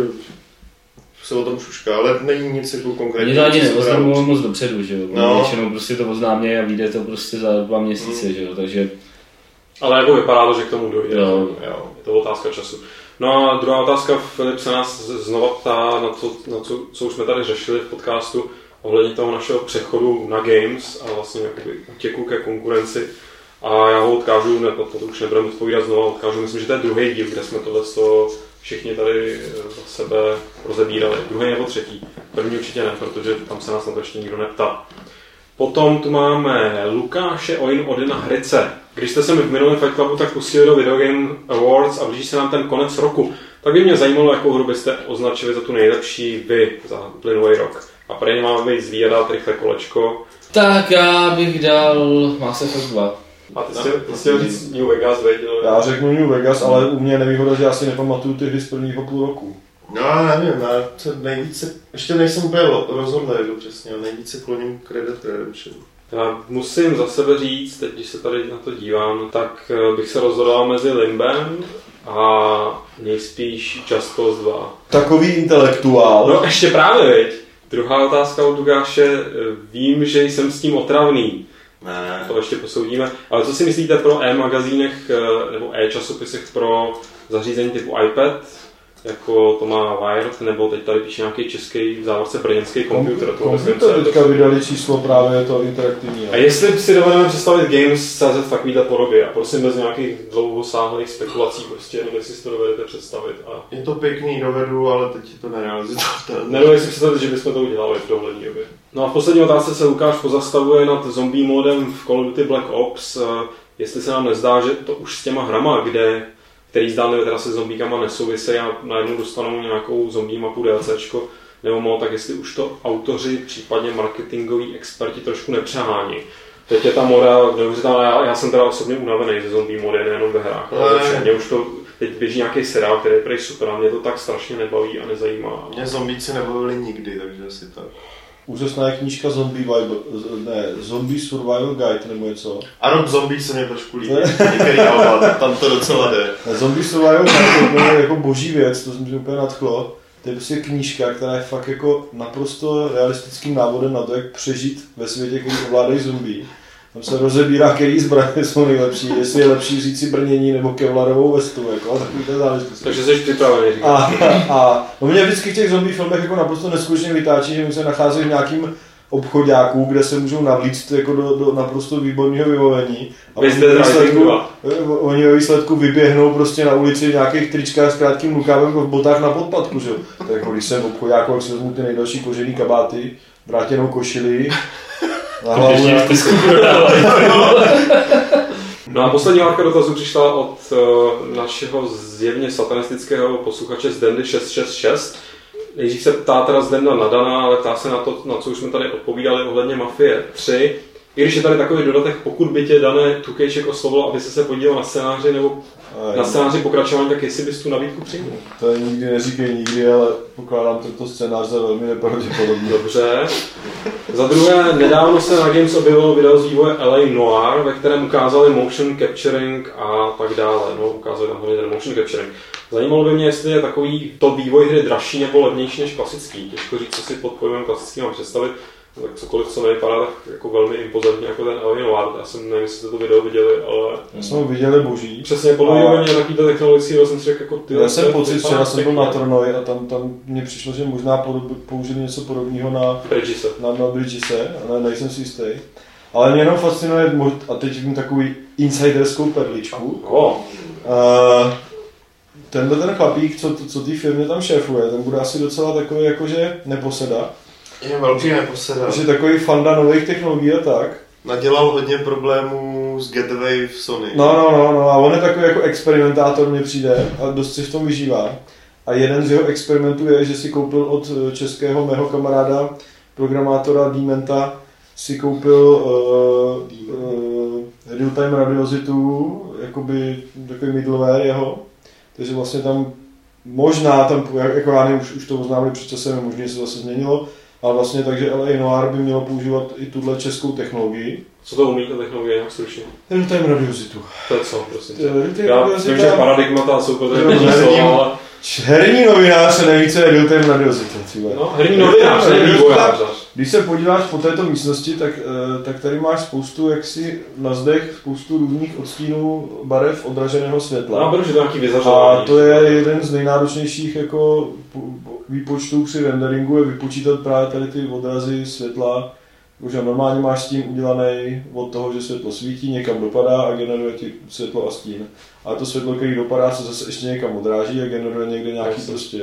se o tom šušká, ale není nic jako konkrétní. Mě to ani neoznamují moc dopředu, že jo, no. Většinou prostě to oznámě a vyjde to prostě za dva měsíce, mm. že jo, takže... Ale jako vypadá to, že k tomu dojde, jo. Jo, je to otázka času. No a druhá otázka, Filip se nás znova ptá na to, na co, co už jsme tady řešili v podcastu, ohledně toho našeho přechodu na Games a vlastně jakoby utěku ke konkurenci. A já ho odkážu, ne, to, to už nebudeme odpovídat znova, odkážu, myslím, že to je druhý díl, kde jsme tohle všichni tady za sebe rozebírali. Druhý nebo třetí. První určitě ne, protože tam se nás na to ještě nikdo neptá. Potom tu máme Lukáše Oin Odina Hryce. Když jste se mi v minulém Fight Clubu tak pustili do Video Game Awards a blíží se nám ten konec roku, tak by mě zajímalo, jakou hru byste označili za tu nejlepší vy za uplynulý rok. A pro ně máme být zví a dát rychle kolečko. Tak já bych dal Mass Effect dva. A ty jsi chtěl říct New Vegas, veď? Já řeknu New Vegas, ale u mě je nevýhoda, že já si nepamatuju ty hry z prvního půl roku. No já nevím, já se nejvíce, ještě nejsem úplně rozhodlý, že přesně, ale nejvíce kloním k Red Dead Redemption. Já musím za sebe říct, teď když se tady na to dívám, tak bych se rozhodoval mezi Limbem a nejspíš Just Cause dva. Takový intelektuál. No ještě právě, viď? Druhá otázka od Lukáše, vím, že jsem s tím otravný. Ne. To ještě posoudíme. Ale co si myslíte pro e-magazínech nebo e-časopisech pro zařízení typu iPad? Jako to má Wired, nebo teď tady píše nějaký český v závorce brněnský počítač. Komputer teďka vydali číslo právě to interaktivní. A jestli si dovedeme představit Games tečka cé zet v takovýhle podobě a prosím bez nějakých dlouhosáhlých spekulací, prostě jenom jestli si to dovedete představit. A... Je to pěkný, dovedu, ale teď je to nerealizovatelné. Nedovedu si představit, že bychom to udělali v dohlední době. No a v poslední otázce se Lukáš pozastavuje nad zombie modem v Call of Duty Black Ops. Jestli se nám nezdá, že to už s těma hrama, kde který zdánlivě teda se zombíkama nesouvisí a najednou dostanou nějakou zombie mapu DLCčko nebo mod, tak jestli už to autoři, případně marketingoví experti trošku nepřehání. Teď je ta moda neuvěřitelná, já, já jsem teda osobně unavený ze zombie mody, nejenom ve hrách, ale mě už to, teď běží nějaký seriál, který je prej super a mě to tak strašně nebaví a nezajímá. Mě zombíci nebavili nikdy, takže asi tak. Úžasná je knížka Zombie Bible, ne, Zombie Survival Guide nebo něco. Ano, zombie se mě trošku líbí, některý album, tam to docela jde. Zombie Survival Guide je jako boží věc, to jsem úplně nadchlo. To je prostě knížka, která je fakt jako naprosto realistickým návodem na to, jak přežít ve světě, který ovládají zombie. Tam se rozebírá, který zbraně jsou nejlepší, jestli je lepší vzít si brnění nebo kevlarovou vestu, jako, a takový to záležitosti. Takže jsi připravený, říkáš. A, a no mě vždycky v těch zombie filmech jako naprosto neskutečně vytáčí, že my se nachází v nějakým obchodáků, kde se můžou navlíct jako do, do naprosto výborného vybavení. A oni ve, výsledku, oni ve výsledku vyběhnou prostě na ulici v nějakých tričkách s krátkým rukávem v botách na podpadku, že? Tak jako když jsem v obchodáku, jak si vezmu ty nejdelší kožený kabáty, vrátěnou košili, na hlavu No a poslední várka dotazů přišla od uh, našeho zjevně satanistického posluchače z Dandy šest šest šest. Nejdřív se ptá teda Zdenda na Dana, ale ptá se na to, na co už jsme tady odpovídali ohledně Mafie tři. I když je tady takový dodatek, pokud by tě Dane Tukejček oslovilo, aby se se podíval na scénáři nebo Aj, na scénáři pokračování, tak jestli bys tu nabídku přijmul? To nikdy neříkej nikdy, ale pokládám tento scénář za velmi nepravděpodobný. Dobře. Za druhé, nedávno se na Games objevilo video z vývoje L A Noir, ve kterém ukázali motion capturing a tak dále. No, ukázali tam hodně ten motion capturing. Zajímalo by mě, jestli je takový to vývoj hry dražší nebo levnější než klasický. Těžko říct, co si pod pojmem klasický mám představit. Tak cokoliv, co nevypadá tak jako velmi impozantně jako ten L A Noir. Já jsem nevím, jestli jste to video viděli, ale... Já jsem ho viděli boží. Přesně, podle mě mě takovýto technologický, já jsem si řekl jako ty... Já jsem pocit, že já jsem byl na Trnoj a tam, tam mně přišlo, že možná použili něco podobného na Bridgese. Na, na Bridgese, ale nejsem si jistý. Ale mě jenom fascinuje, a teď vidím takový insiderskou perličku. Oh. Uh, tenhle ten chlapík, co, co té firmě tam šéfuje, ten bude asi docela takový jakože neposeda. Je velký neposeda. Je takový fanda nových technologií a tak. Nadělal hodně problémů s Gateway v Sony. No, no, no, no, a on je takový jako experimentátor, mně přijde, a dost si v tom vyžívá. A jeden z jeho experimentů je, že si koupil od českého mého kamaráda, programátora Dementa, si koupil uh, uh, real-time radiozitu, jakoby takový middleware jeho. Takže vlastně tam možná, tam, jako já nevím, už, už to oznámili před časem, možná se zase změnilo, ale vlastně takže L A Noir by mělo používat i tuhle českou technologii. Co to umí ta technologie, jak stručně? Real-time radiozitu. To je co, prosím. Já vím, že paradigmata jsou to číslo, ale... Herní novinář se neví, co je real-time radiozita. No, herní novinář, ne vývojář. Když se podíváš po této místnosti, tak, tak tady máš spoustu, jaksi na zdech, spoustu různých odstínů barev odraženého světla. No, protože to nějaký vyzařování. A to je jeden z nejnáročnějších jako výpočtů při renderingu, je vypočítat právě tady ty odrazy světla. Protože normálně máš stín udělaný od toho, že světlo svítí, někam dopadá a generuje ti světlo a stín. A to světlo, který dopadá, se zase ještě někam odráží a generuje někde nějaký prostě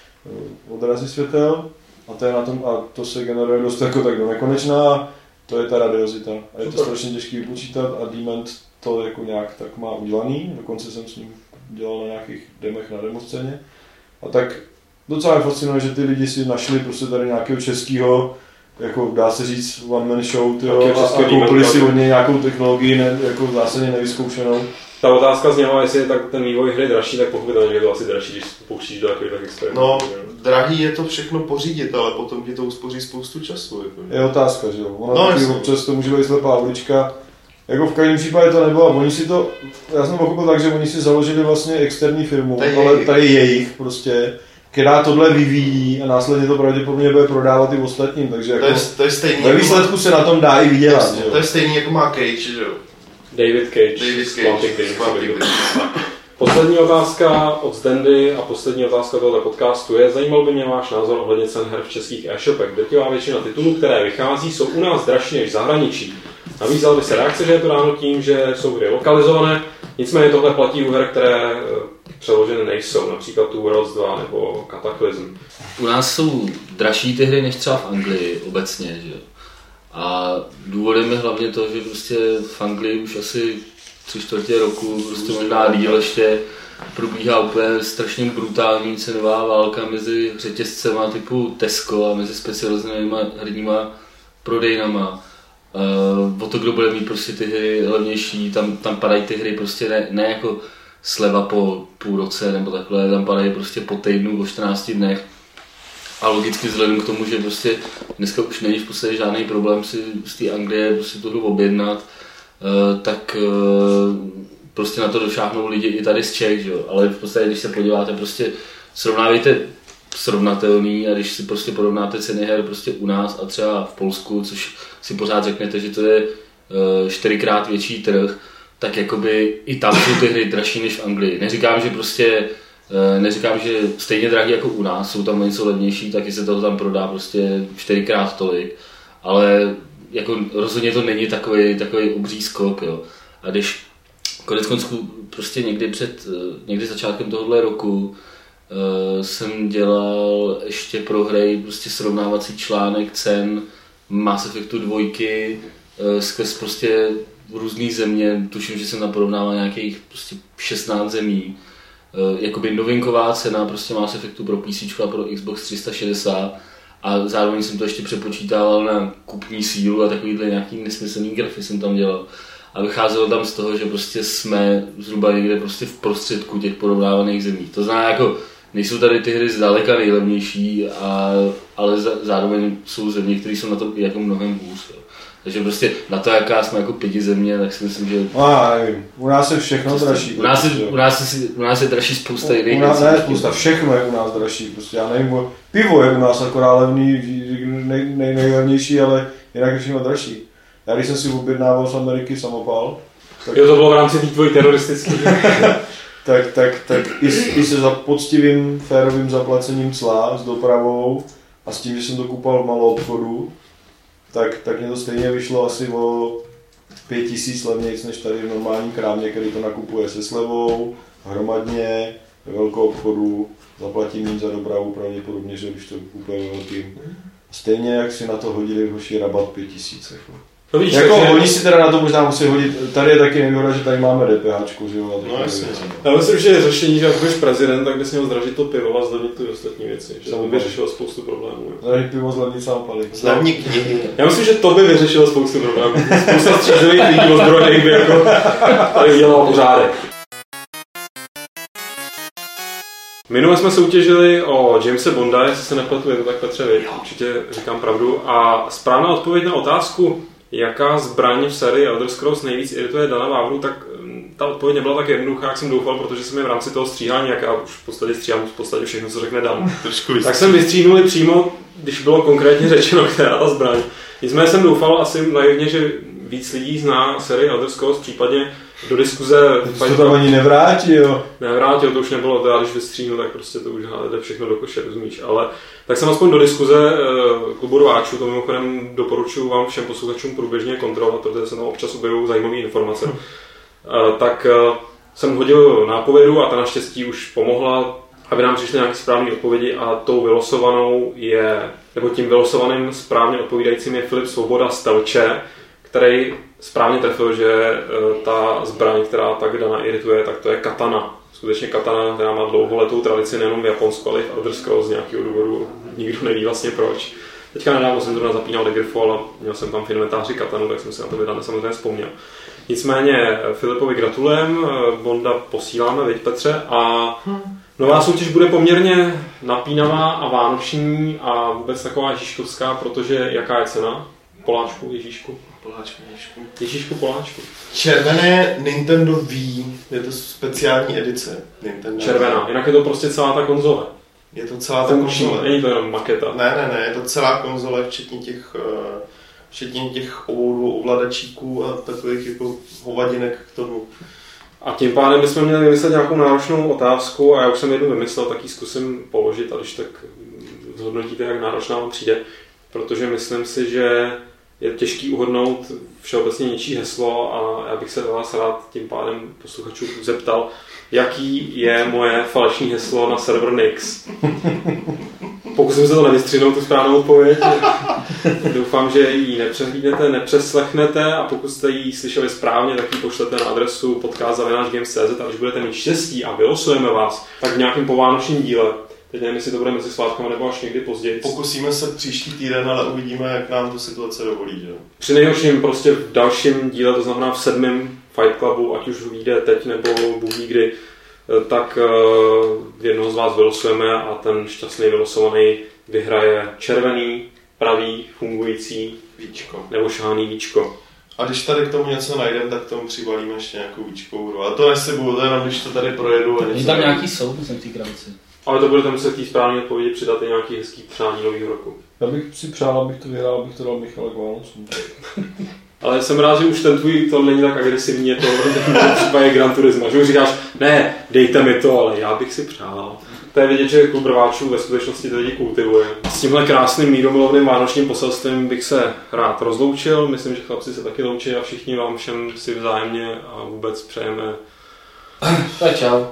odrazy světel. A to, je na tom, a to se generuje dost jako tak do nekonečná, to je ta radiozita. A je to strašně těžké vypočítat a Dement to jako nějak tak má udělaný, dokonce jsem s ním dělal na nějakých demech na demoscéně. A tak docela fascinuje, že ty lidi si našli prostě tady nějakého českého jako dá se říct one man show, tyjo, a, a koupili si od něj nějakou technologii, ne, jako zásadně nevyzkoušenou. Ta otázka zněla, jestli je tak ten vývoj hry dražší, tak pochopitelně je to asi dražší, když pouštíš do takových tak experimentů. No, drahý je to všechno pořídit, ale potom ti to uspoří spoustu času. Jako. Je otázka, že jo. Ono no, taky občas to může být slepá ulička. Jako v každém případě to nebylo, oni si to, já jsem pochopil tak, že oni si založili vlastně externí firmu, tady ale jejich. tady jejich prostě, která tohle vyvíjí a následně to pravděpodobně bude prodávat i ostatním, takže jako to je, to je stejný, ve výsledku se na tom dá i vydělat. Jasně, to je stejný jako má Cage, že jo. David Cage. David Cage. Poslední otázka od Zdendy a poslední otázka tohoto podcastu je, zajímal by mě váš názor ohledně cen her v českých e-shopech. Drtivá většina titulů, které vychází, jsou u nás dražší než v zahraničí. Navíc by se reakce, že je to dáno tím, že jsou hry lokalizované, nicméně tohle platí u her, které přeložené nejsou, například Two Worlds dva nebo Cataclysm. U nás jsou dražší ty hry než třeba v Anglii obecně, že? A důvodem je hlavně to, že prostě v Anglii už asi tři čtvrtě roku, prostě možná díl ještě probíhá úplně strašně brutální cenová válka mezi řetězcema typu Tesco a mezi specializovanými herníma prodejnama. Uh, o to, kdo bude mít prostě ty hry levnější, tam, tam padají ty hry prostě ne, ne jako sleva po půl roce nebo takhle, tam padají prostě po týdnu, po čtrnácti dnech. A logicky vzhledem k tomu, že prostě dneska už není v podstatě žádný problém si z té Anglie prostě tu hru objednat, uh, tak uh, prostě na to došáhnou lidi i tady z Čech, že jo? Ale v podstatě, když se podíváte, prostě srovnávejte srovnatelný a když si prostě porovnáte ceny her prostě u nás a třeba v Polsku, což si pořád řeknete, že to je uh, čtyřikrát větší trh, tak jakoby i tam jsou ty hry dražší než v Anglii. Neříkám, že prostě Neříkám, že stejně drahý jako u nás, jsou tam něco levnější, taky se toho tam prodá prostě čtyřikrát tolik, ale jako rozhodně to není takový, takový obří skok, jo. A když konec konců prostě někdy před, někdy začátkem tohohle roku uh, jsem dělal ještě pro hry prostě srovnávací článek cen Mass Effectu dvojky uh, skrz prostě různý země, tuším, že jsem tam porovnával nějakých prostě šestnáct zemí. Jakoby novinková cena prostě Mass Effectu pro PCčko a pro Xbox tři sta šedesát a zároveň jsem to ještě přepočítával na kupní sílu a takovýhle nějaký nesmyslný grafy jsem tam dělal. A vycházelo tam z toho, že prostě jsme zhruba někde prostě v prostředku těch porovnávaných zemí. To znamená, jako nejsou tady ty hry zdaleka nejlevnější, a, ale za, zároveň jsou země, které jsou na tom jako mnohem hůř. Jo. Takže prostě na to, jaká jsme jako pěti země, tak si myslím, že... No, nevím. U nás je všechno dražší. U nás je, u nás je, u nás je dražší spousta jiných. U nás ne spousta, všechno je u nás dražší. Prostě já nevím, pivo je u nás akorát levný, nej, nej, nejlevnější, ale jinak je všechno dražší. Já když jsem si objednával z Ameriky samopal... Tak... Jo, to bylo v rámci tý tvojí teroristický. tak, tak, tak i, i se za poctivým, férovým zaplacením cla, s dopravou a s tím, že jsem to kupoval v malou obchodu, tak, tak mě to stejně vyšlo asi o pět tisíc levnějc než tady v normální krámě, který to nakupuje se slevou, hromadně, ve velkou obchodu, zaplatím jim za dopravu pravděpodobně, že když to kupuje ve velkým. Stejně jak si na to hodili hoši rabat pět tisíc. Jako. No víš, jako takže... oni si teda na to možná musí hodit, tady je taky nevýhoda, že tady máme DPHčku, že jo? No jasně. Já myslím, že je řešení, že jak budeš prezident, tak bys měl zdražit to pivo a zlevnit ty ostatní věci. Že to by vyřešilo spoustu problémů. Zdražit pivo, zlevnit samopaly. Zlevní knihy. Já myslím, že to by vyřešilo spoustu problémů. Spousta střízlivých lidí ozbrojených by jako tady udělalo pořádek. Minule jsme soutěžili o Jamese Bonda, jestli se nepletu, je to tak, Petře, vy, určitě říkám pravdu. A správná odpověď na otázku, jaká zbraň v sérii Elder Scrolls nejvíc irituje Dana Vávru, tak ta odpověď nebyla tak jednoduchá, jak jsem doufal, protože jsem je v rámci toho stříhání, jak já už v podstatě stříhám v podstatě všechno, co řekne Dan. Tak jsem vystříhnul přímo, když bylo konkrétně řečeno, která ta zbraň. Nicméně jsem doufal asi naivně, že víc lidí zná sérii Elder Scrolls, případně do diskuze... To tam ani nevrátí, jo? Nevrátil, to už nebylo, to já když vystříhnu, tak prostě to už jde všechno do koše, rozumíš, ale tak jsem aspoň do diskuze klubu rváčů, to mimochodem doporučuji vám všem posluchačům průběžně kontrolovat, protože se tam občas objevují zajímavé informace. Hmm. Tak jsem hodil nápovědu a ta naštěstí už pomohla, aby nám přišly nějaké správné odpovědi a tou vylosovanou je, nebo tím vylosovaným správně odpovídajícím je Filip Svoboda z Telče, který správně trefil, že ta zbraň, která tak Dana irituje, tak to je katana. Skutečně katana, která má dlouholetou tradici nejenom v Japonsku, ale i v Elder Scrolls z nějakého důvodu. Nikdo neví vlastně proč. Teďka nedávno jsem zrovna zapínal Daggerfall a měl jsem tam v inventáři katanu, tak jsem si na to vydal samozřejmě vzpomněl. Nicméně Filipovi gratulujem, Bonda posíláme, viď Petře, a nová soutěž bude poměrně napínavá a vánoční a vůbec taková ježíškovská, protože jaká je cena? Poláčku, Ježíšku. Poláčku, Ježíšku. Ježíšku, Poláčku. Červené Nintendo Wii, je to speciální edice Nintendo. Červená, jinak je to prostě celá ta konzole. Je to celá ta konzole. Není to jenom maketa. Ne, ne, ne, je to celá konzole, včetně těch, včetně těch obou dvou ovladačíků a takových jako hovadinek k tomu. A tím pádem bychom měli vymyslet nějakou náročnou otázku a já už jsem jednu vymyslel, tak ji zkusím položit a když tak zhodnotíte, jak náročná vám přijde. Protože myslím si, že je těžký uhodnout všeobecně něčí heslo a já bych se vás rád tím pádem posluchačů zeptal, jaký je moje falešní heslo na server Nix. Pokusím se to nevystřihnout, tu správnou odpověď. Doufám, že ji nepřehlídnete, nepřeslechnete a pokud jste ji slyšeli správně, tak ji pošlete na adresu podcast zavináč games tečka cz a když budete mít štěstí a vylosujeme vás, tak v nějakém povánočním díle, teď nevím, jestli to bude mezi svátkama nebo až někdy později. Pokusíme se příští týden, ale uvidíme, jak nám tu situace dovolí. Že? Při nejhorším prostě v dalším díle, to znamená v sedmém Fight Clubu, ať už vyjde teď nebo Bůh ví kdy, tak jednoho z vás vylosujeme a ten šťastný vylosovaný vyhraje červený, pravý, fungující víčko. Nebo šáhaný víčko. A když tady k tomu něco najdeme, tak k tomu přibalíme ještě nějakou víčkovou hru. Ale to neslibuju, to je jenom když to tady projedu. A tam nějaký jsou, myslím, v té krabici. Ale to budete muset té správné odpovědi přidat i nějaký hezký přání nového roku. Já bych si přál, abych to vyhrál, abych to dal Michale k Vánocům. Ale jsem rád, že už ten tvůj to není tak agresivní, je to v případě Gran Turismo. Že už říkáš, ne, dejte mi to, ale já bych si přál. To je vidět, že klub rváčů ve skutečnosti to lidi kultivuje. S tímhle krásným míromilovným vánočním poselstvím bych se rád rozloučil. Myslím, že chlapci se taky loučí a všichni vám všem si vzájemně a vůbec přejeme. Tak čau.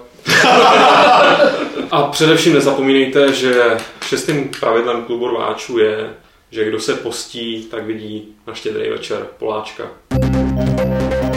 A především nezapomínejte, že šestým pravidlem klubu rváčů je, že kdo se postí, tak vidí na Štědrý večer Poláčka.